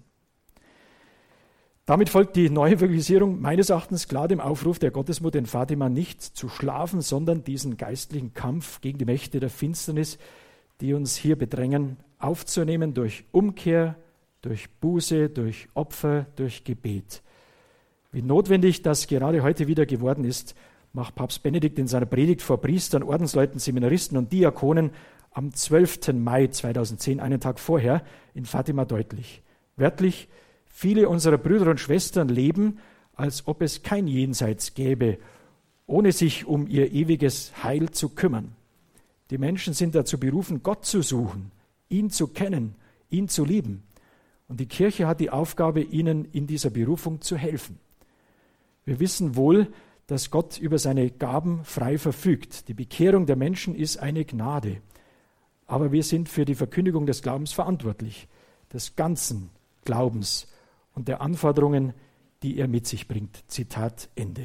Speaker 2: Damit folgt die Neuevangelisierung meines Erachtens klar dem Aufruf der Gottesmutter in Fatima, nicht zu schlafen, sondern diesen geistlichen Kampf gegen die Mächte der Finsternis, die uns hier bedrängen, aufzunehmen durch Umkehr, durch Buße, durch Opfer, durch Gebet. Wie notwendig das gerade heute wieder geworden ist, macht Papst Benedikt in seiner Predigt vor Priestern, Ordensleuten, Seminaristen und Diakonen am zwölften Mai zweitausendzehn, einen Tag vorher, in Fatima deutlich. Wörtlich: Viele unserer Brüder und Schwestern leben, als ob es kein Jenseits gäbe, ohne sich um ihr ewiges Heil zu kümmern. Die Menschen sind dazu berufen, Gott zu suchen, ihn zu kennen, ihn zu lieben. Und die Kirche hat die Aufgabe, ihnen in dieser Berufung zu helfen. Wir wissen wohl, dass Gott über seine Gaben frei verfügt. Die Bekehrung der Menschen ist eine Gnade. Aber wir sind für die Verkündigung des Glaubens verantwortlich, des ganzen Glaubens und der Anforderungen, die er mit sich bringt. Zitat Ende.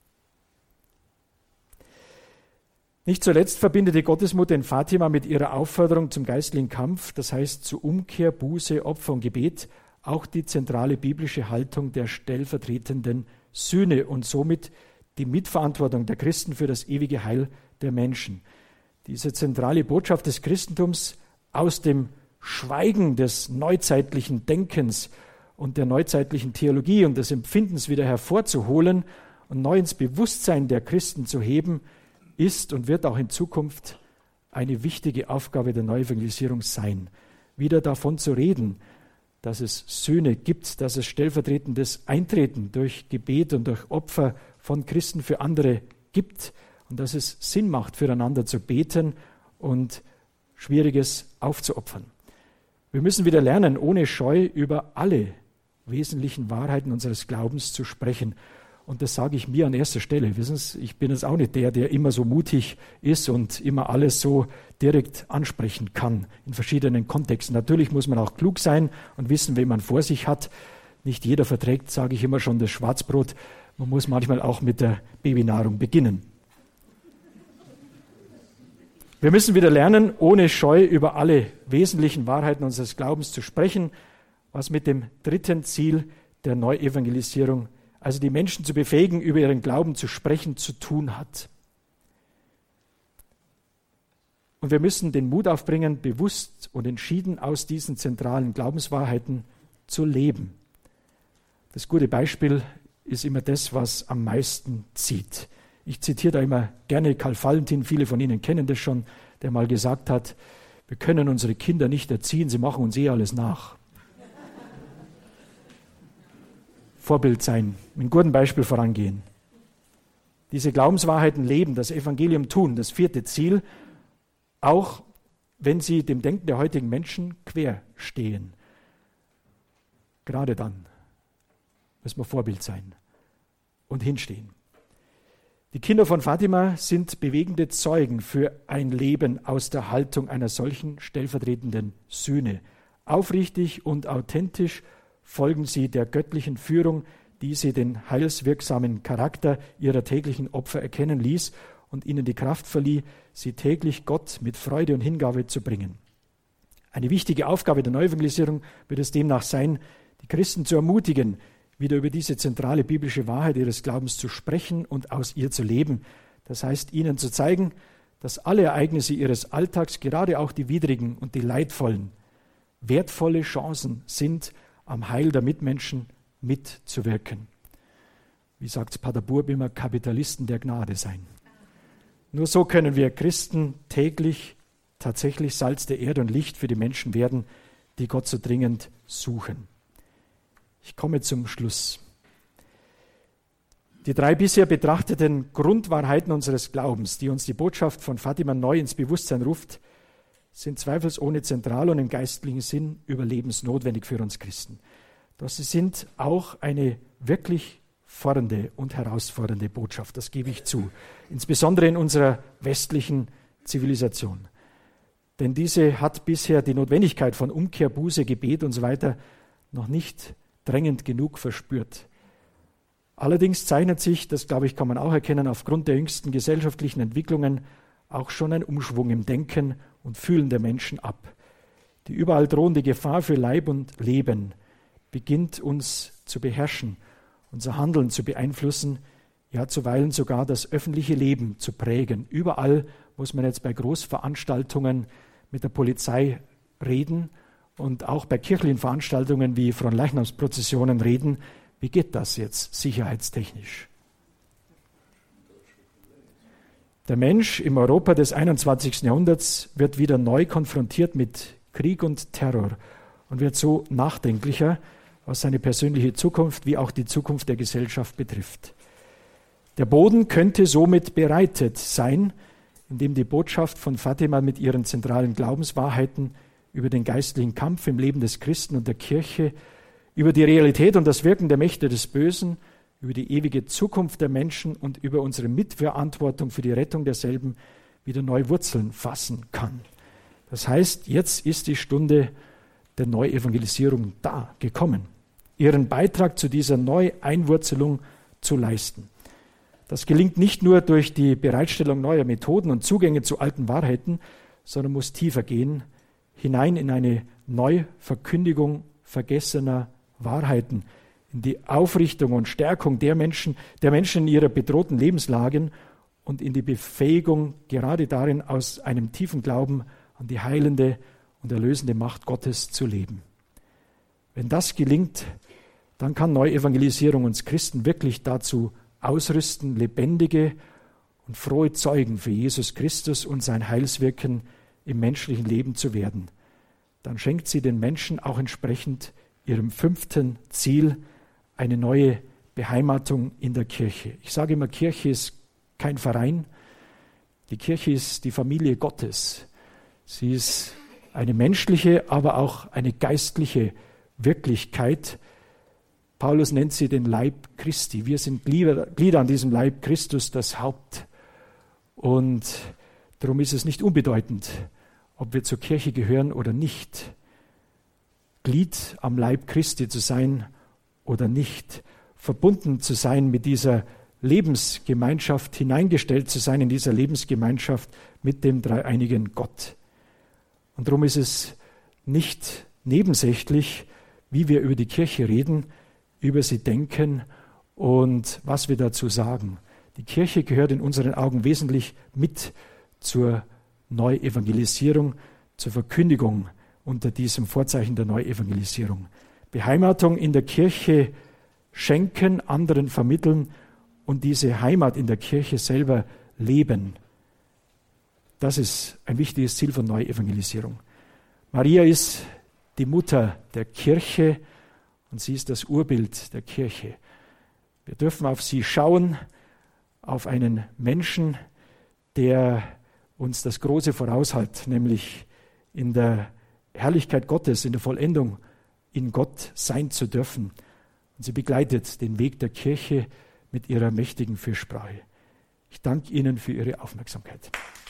Speaker 2: Nicht zuletzt verbindet die Gottesmutter in Fatima mit ihrer Aufforderung zum geistlichen Kampf, das heißt zu Umkehr, Buße, Opfer und Gebet, auch die zentrale biblische Haltung der stellvertretenden Sühne und somit die Mitverantwortung der Christen für das ewige Heil der Menschen. Diese zentrale Botschaft des Christentums, aus dem Schweigen des neuzeitlichen Denkens und der neuzeitlichen Theologie und des Empfindens wieder hervorzuholen und neu ins Bewusstsein der Christen zu heben, ist und wird auch in Zukunft eine wichtige Aufgabe der Neuevangelisierung sein. Wieder davon zu reden, dass es Sühne gibt, dass es stellvertretendes Eintreten durch Gebet und durch Opfer von Christen für andere gibt und dass es Sinn macht, füreinander zu beten und Schwieriges aufzuopfern. Wir müssen wieder lernen, ohne Scheu über alle wesentlichen Wahrheiten unseres Glaubens zu sprechen. Und das sage ich mir an erster Stelle. Wissen Sie, ich bin jetzt auch nicht der, der immer so mutig ist und immer alles so direkt ansprechen kann in verschiedenen Kontexten. Natürlich muss man auch klug sein und wissen, wen man vor sich hat. Nicht jeder verträgt, sage ich immer schon, das Schwarzbrot. Man muss manchmal auch mit der Babynahrung beginnen. Wir müssen wieder lernen, ohne Scheu über alle wesentlichen Wahrheiten unseres Glaubens zu sprechen, was mit dem dritten Ziel der Neuevangelisierung, also die Menschen zu befähigen, über ihren Glauben zu sprechen, zu tun hat. Und wir müssen den Mut aufbringen, bewusst und entschieden aus diesen zentralen Glaubenswahrheiten zu leben. Das gute Beispiel ist immer das, was am meisten zieht. Ich zitiere da immer gerne Karl Valentin, viele von Ihnen kennen das schon, der mal gesagt hat, wir können unsere Kinder nicht erziehen, sie machen uns eh alles nach. Vorbild sein, mit einem guten Beispiel vorangehen. Diese Glaubenswahrheiten leben, das Evangelium tun, das vierte Ziel, auch wenn sie dem Denken der heutigen Menschen quer stehen. Gerade dann müssen wir Vorbild sein und hinstehen. Die Kinder von Fatima sind bewegende Zeugen für ein Leben aus der Haltung einer solchen stellvertretenden Sühne. Aufrichtig und authentisch folgen sie der göttlichen Führung, die sie den heilswirksamen Charakter ihrer täglichen Opfer erkennen ließ und ihnen die Kraft verlieh, sie täglich Gott mit Freude und Hingabe zu bringen. Eine wichtige Aufgabe der Neuevangelisierung wird es demnach sein, die Christen zu ermutigen, wieder über diese zentrale biblische Wahrheit ihres Glaubens zu sprechen und aus ihr zu leben. Das heißt, ihnen zu zeigen, dass alle Ereignisse ihres Alltags, gerade auch die widrigen und die leidvollen, wertvolle Chancen sind, am Heil der Mitmenschen mitzuwirken. Wie sagt Pater Burb immer, Kapitalisten der Gnade sein. Nur so können wir Christen täglich tatsächlich Salz der Erde und Licht für die Menschen werden, die Gott so dringend suchen. Ich komme zum Schluss. Die drei bisher betrachteten Grundwahrheiten unseres Glaubens, die uns die Botschaft von Fatima neu ins Bewusstsein ruft, sind zweifelsohne zentral und im geistlichen Sinn überlebensnotwendig für uns Christen. Doch sie sind auch eine wirklich fordernde und herausfordernde Botschaft, das gebe ich zu, insbesondere in unserer westlichen Zivilisation. Denn diese hat bisher die Notwendigkeit von Umkehr, Buße, Gebet und so weiter noch nicht drängend genug verspürt. Allerdings zeichnet sich, das glaube ich, kann man auch erkennen, aufgrund der jüngsten gesellschaftlichen Entwicklungen auch schon ein Umschwung im Denken und Fühlen der Menschen ab. Die überall drohende Gefahr für Leib und Leben beginnt uns zu beherrschen, unser Handeln zu beeinflussen, ja zuweilen sogar das öffentliche Leben zu prägen. Überall muss man jetzt bei Großveranstaltungen mit der Polizei reden und auch bei kirchlichen Veranstaltungen wie Fronleichnamsprozessionen reden. Wie geht das jetzt sicherheitstechnisch? Der Mensch im Europa des einundzwanzigsten Jahrhunderts wird wieder neu konfrontiert mit Krieg und Terror und wird so nachdenklicher, was seine persönliche Zukunft wie auch die Zukunft der Gesellschaft betrifft. Der Boden könnte somit bereitet sein, indem die Botschaft von Fatima mit ihren zentralen Glaubenswahrheiten über den geistlichen Kampf im Leben des Christen und der Kirche, über die Realität und das Wirken der Mächte des Bösen, über die ewige Zukunft der Menschen und über unsere Mitverantwortung für die Rettung derselben wieder neu Wurzeln fassen kann. Das heißt, jetzt ist die Stunde der Neuevangelisierung da, gekommen, ihren Beitrag zu dieser Neueinwurzelung zu leisten. Das gelingt nicht nur durch die Bereitstellung neuer Methoden und Zugänge zu alten Wahrheiten, sondern muss tiefer gehen, hinein in eine Neuverkündigung vergessener Wahrheiten, in die Aufrichtung und Stärkung der Menschen, der Menschen in ihrer bedrohten Lebenslagen und in die Befähigung, gerade darin aus einem tiefen Glauben an die heilende und erlösende Macht Gottes zu leben. Wenn das gelingt, dann kann Neuevangelisierung uns Christen wirklich dazu ausrüsten, lebendige und frohe Zeugen für Jesus Christus und sein Heilswirken im menschlichen Leben zu werden. Dann schenkt sie den Menschen auch entsprechend ihrem fünften Ziel eine neue Beheimatung in der Kirche. Ich sage immer, Kirche ist kein Verein. Die Kirche ist die Familie Gottes. Sie ist eine menschliche, aber auch eine geistliche Wirklichkeit. Paulus nennt sie den Leib Christi. Wir sind Glieder, Glieder an diesem Leib Christus, das Haupt. Und darum ist es nicht unbedeutend, ob wir zur Kirche gehören oder nicht. Glied am Leib Christi zu sein oder nicht. Verbunden zu sein mit dieser Lebensgemeinschaft, hineingestellt zu sein in dieser Lebensgemeinschaft mit dem dreieinigen Gott. Und darum ist es nicht nebensächlich, wie wir über die Kirche reden, über sie denken und was wir dazu sagen. Die Kirche gehört in unseren Augen wesentlich mit zur Neuevangelisierung, zur Verkündigung unter diesem Vorzeichen der Neuevangelisierung. Beheimatung in der Kirche schenken, anderen vermitteln und diese Heimat in der Kirche selber leben. Das ist ein wichtiges Ziel von Neuevangelisierung. Maria ist die Mutter der Kirche und sie ist das Urbild der Kirche. Wir dürfen auf sie schauen, auf einen Menschen, der uns das Große voraushält, nämlich in der Herrlichkeit Gottes, in der Vollendung in Gott sein zu dürfen. Und sie begleitet den Weg der Kirche mit ihrer mächtigen Fürsprache. Ich danke Ihnen für Ihre Aufmerksamkeit.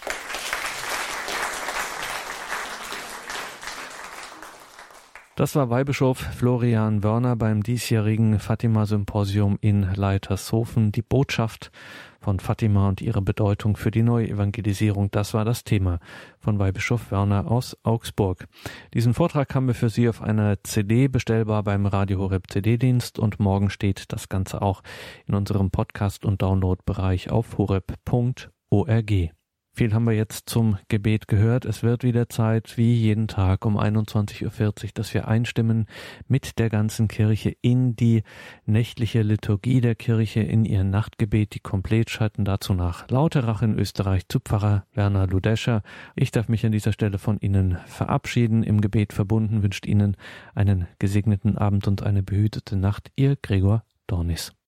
Speaker 1: Das war Weihbischof Florian Wörner beim diesjährigen Fatima-Symposium in Leitershofen. Die Botschaft von Fatima und ihre Bedeutung für die Neuevangelisierung, das war das Thema von Weihbischof Wörner aus Augsburg. Diesen Vortrag haben wir für Sie auf einer C D bestellbar beim Radio Horeb C D-Dienst und morgen steht das Ganze auch in unserem Podcast- und Download-Bereich auf horeb punkt org. Viel haben wir jetzt zum Gebet gehört. Es wird wieder Zeit, wie jeden Tag um einundzwanzig Uhr vierzig, dass wir einstimmen mit der ganzen Kirche in die nächtliche Liturgie der Kirche, in ihr Nachtgebet, die komplett schalten. Dazu nach Lauterach in Österreich zu Pfarrer Werner Ludescher. Ich darf mich an dieser Stelle von Ihnen verabschieden. Im Gebet verbunden wünscht Ihnen einen gesegneten Abend und eine behütete Nacht. Ihr Gregor Dornis.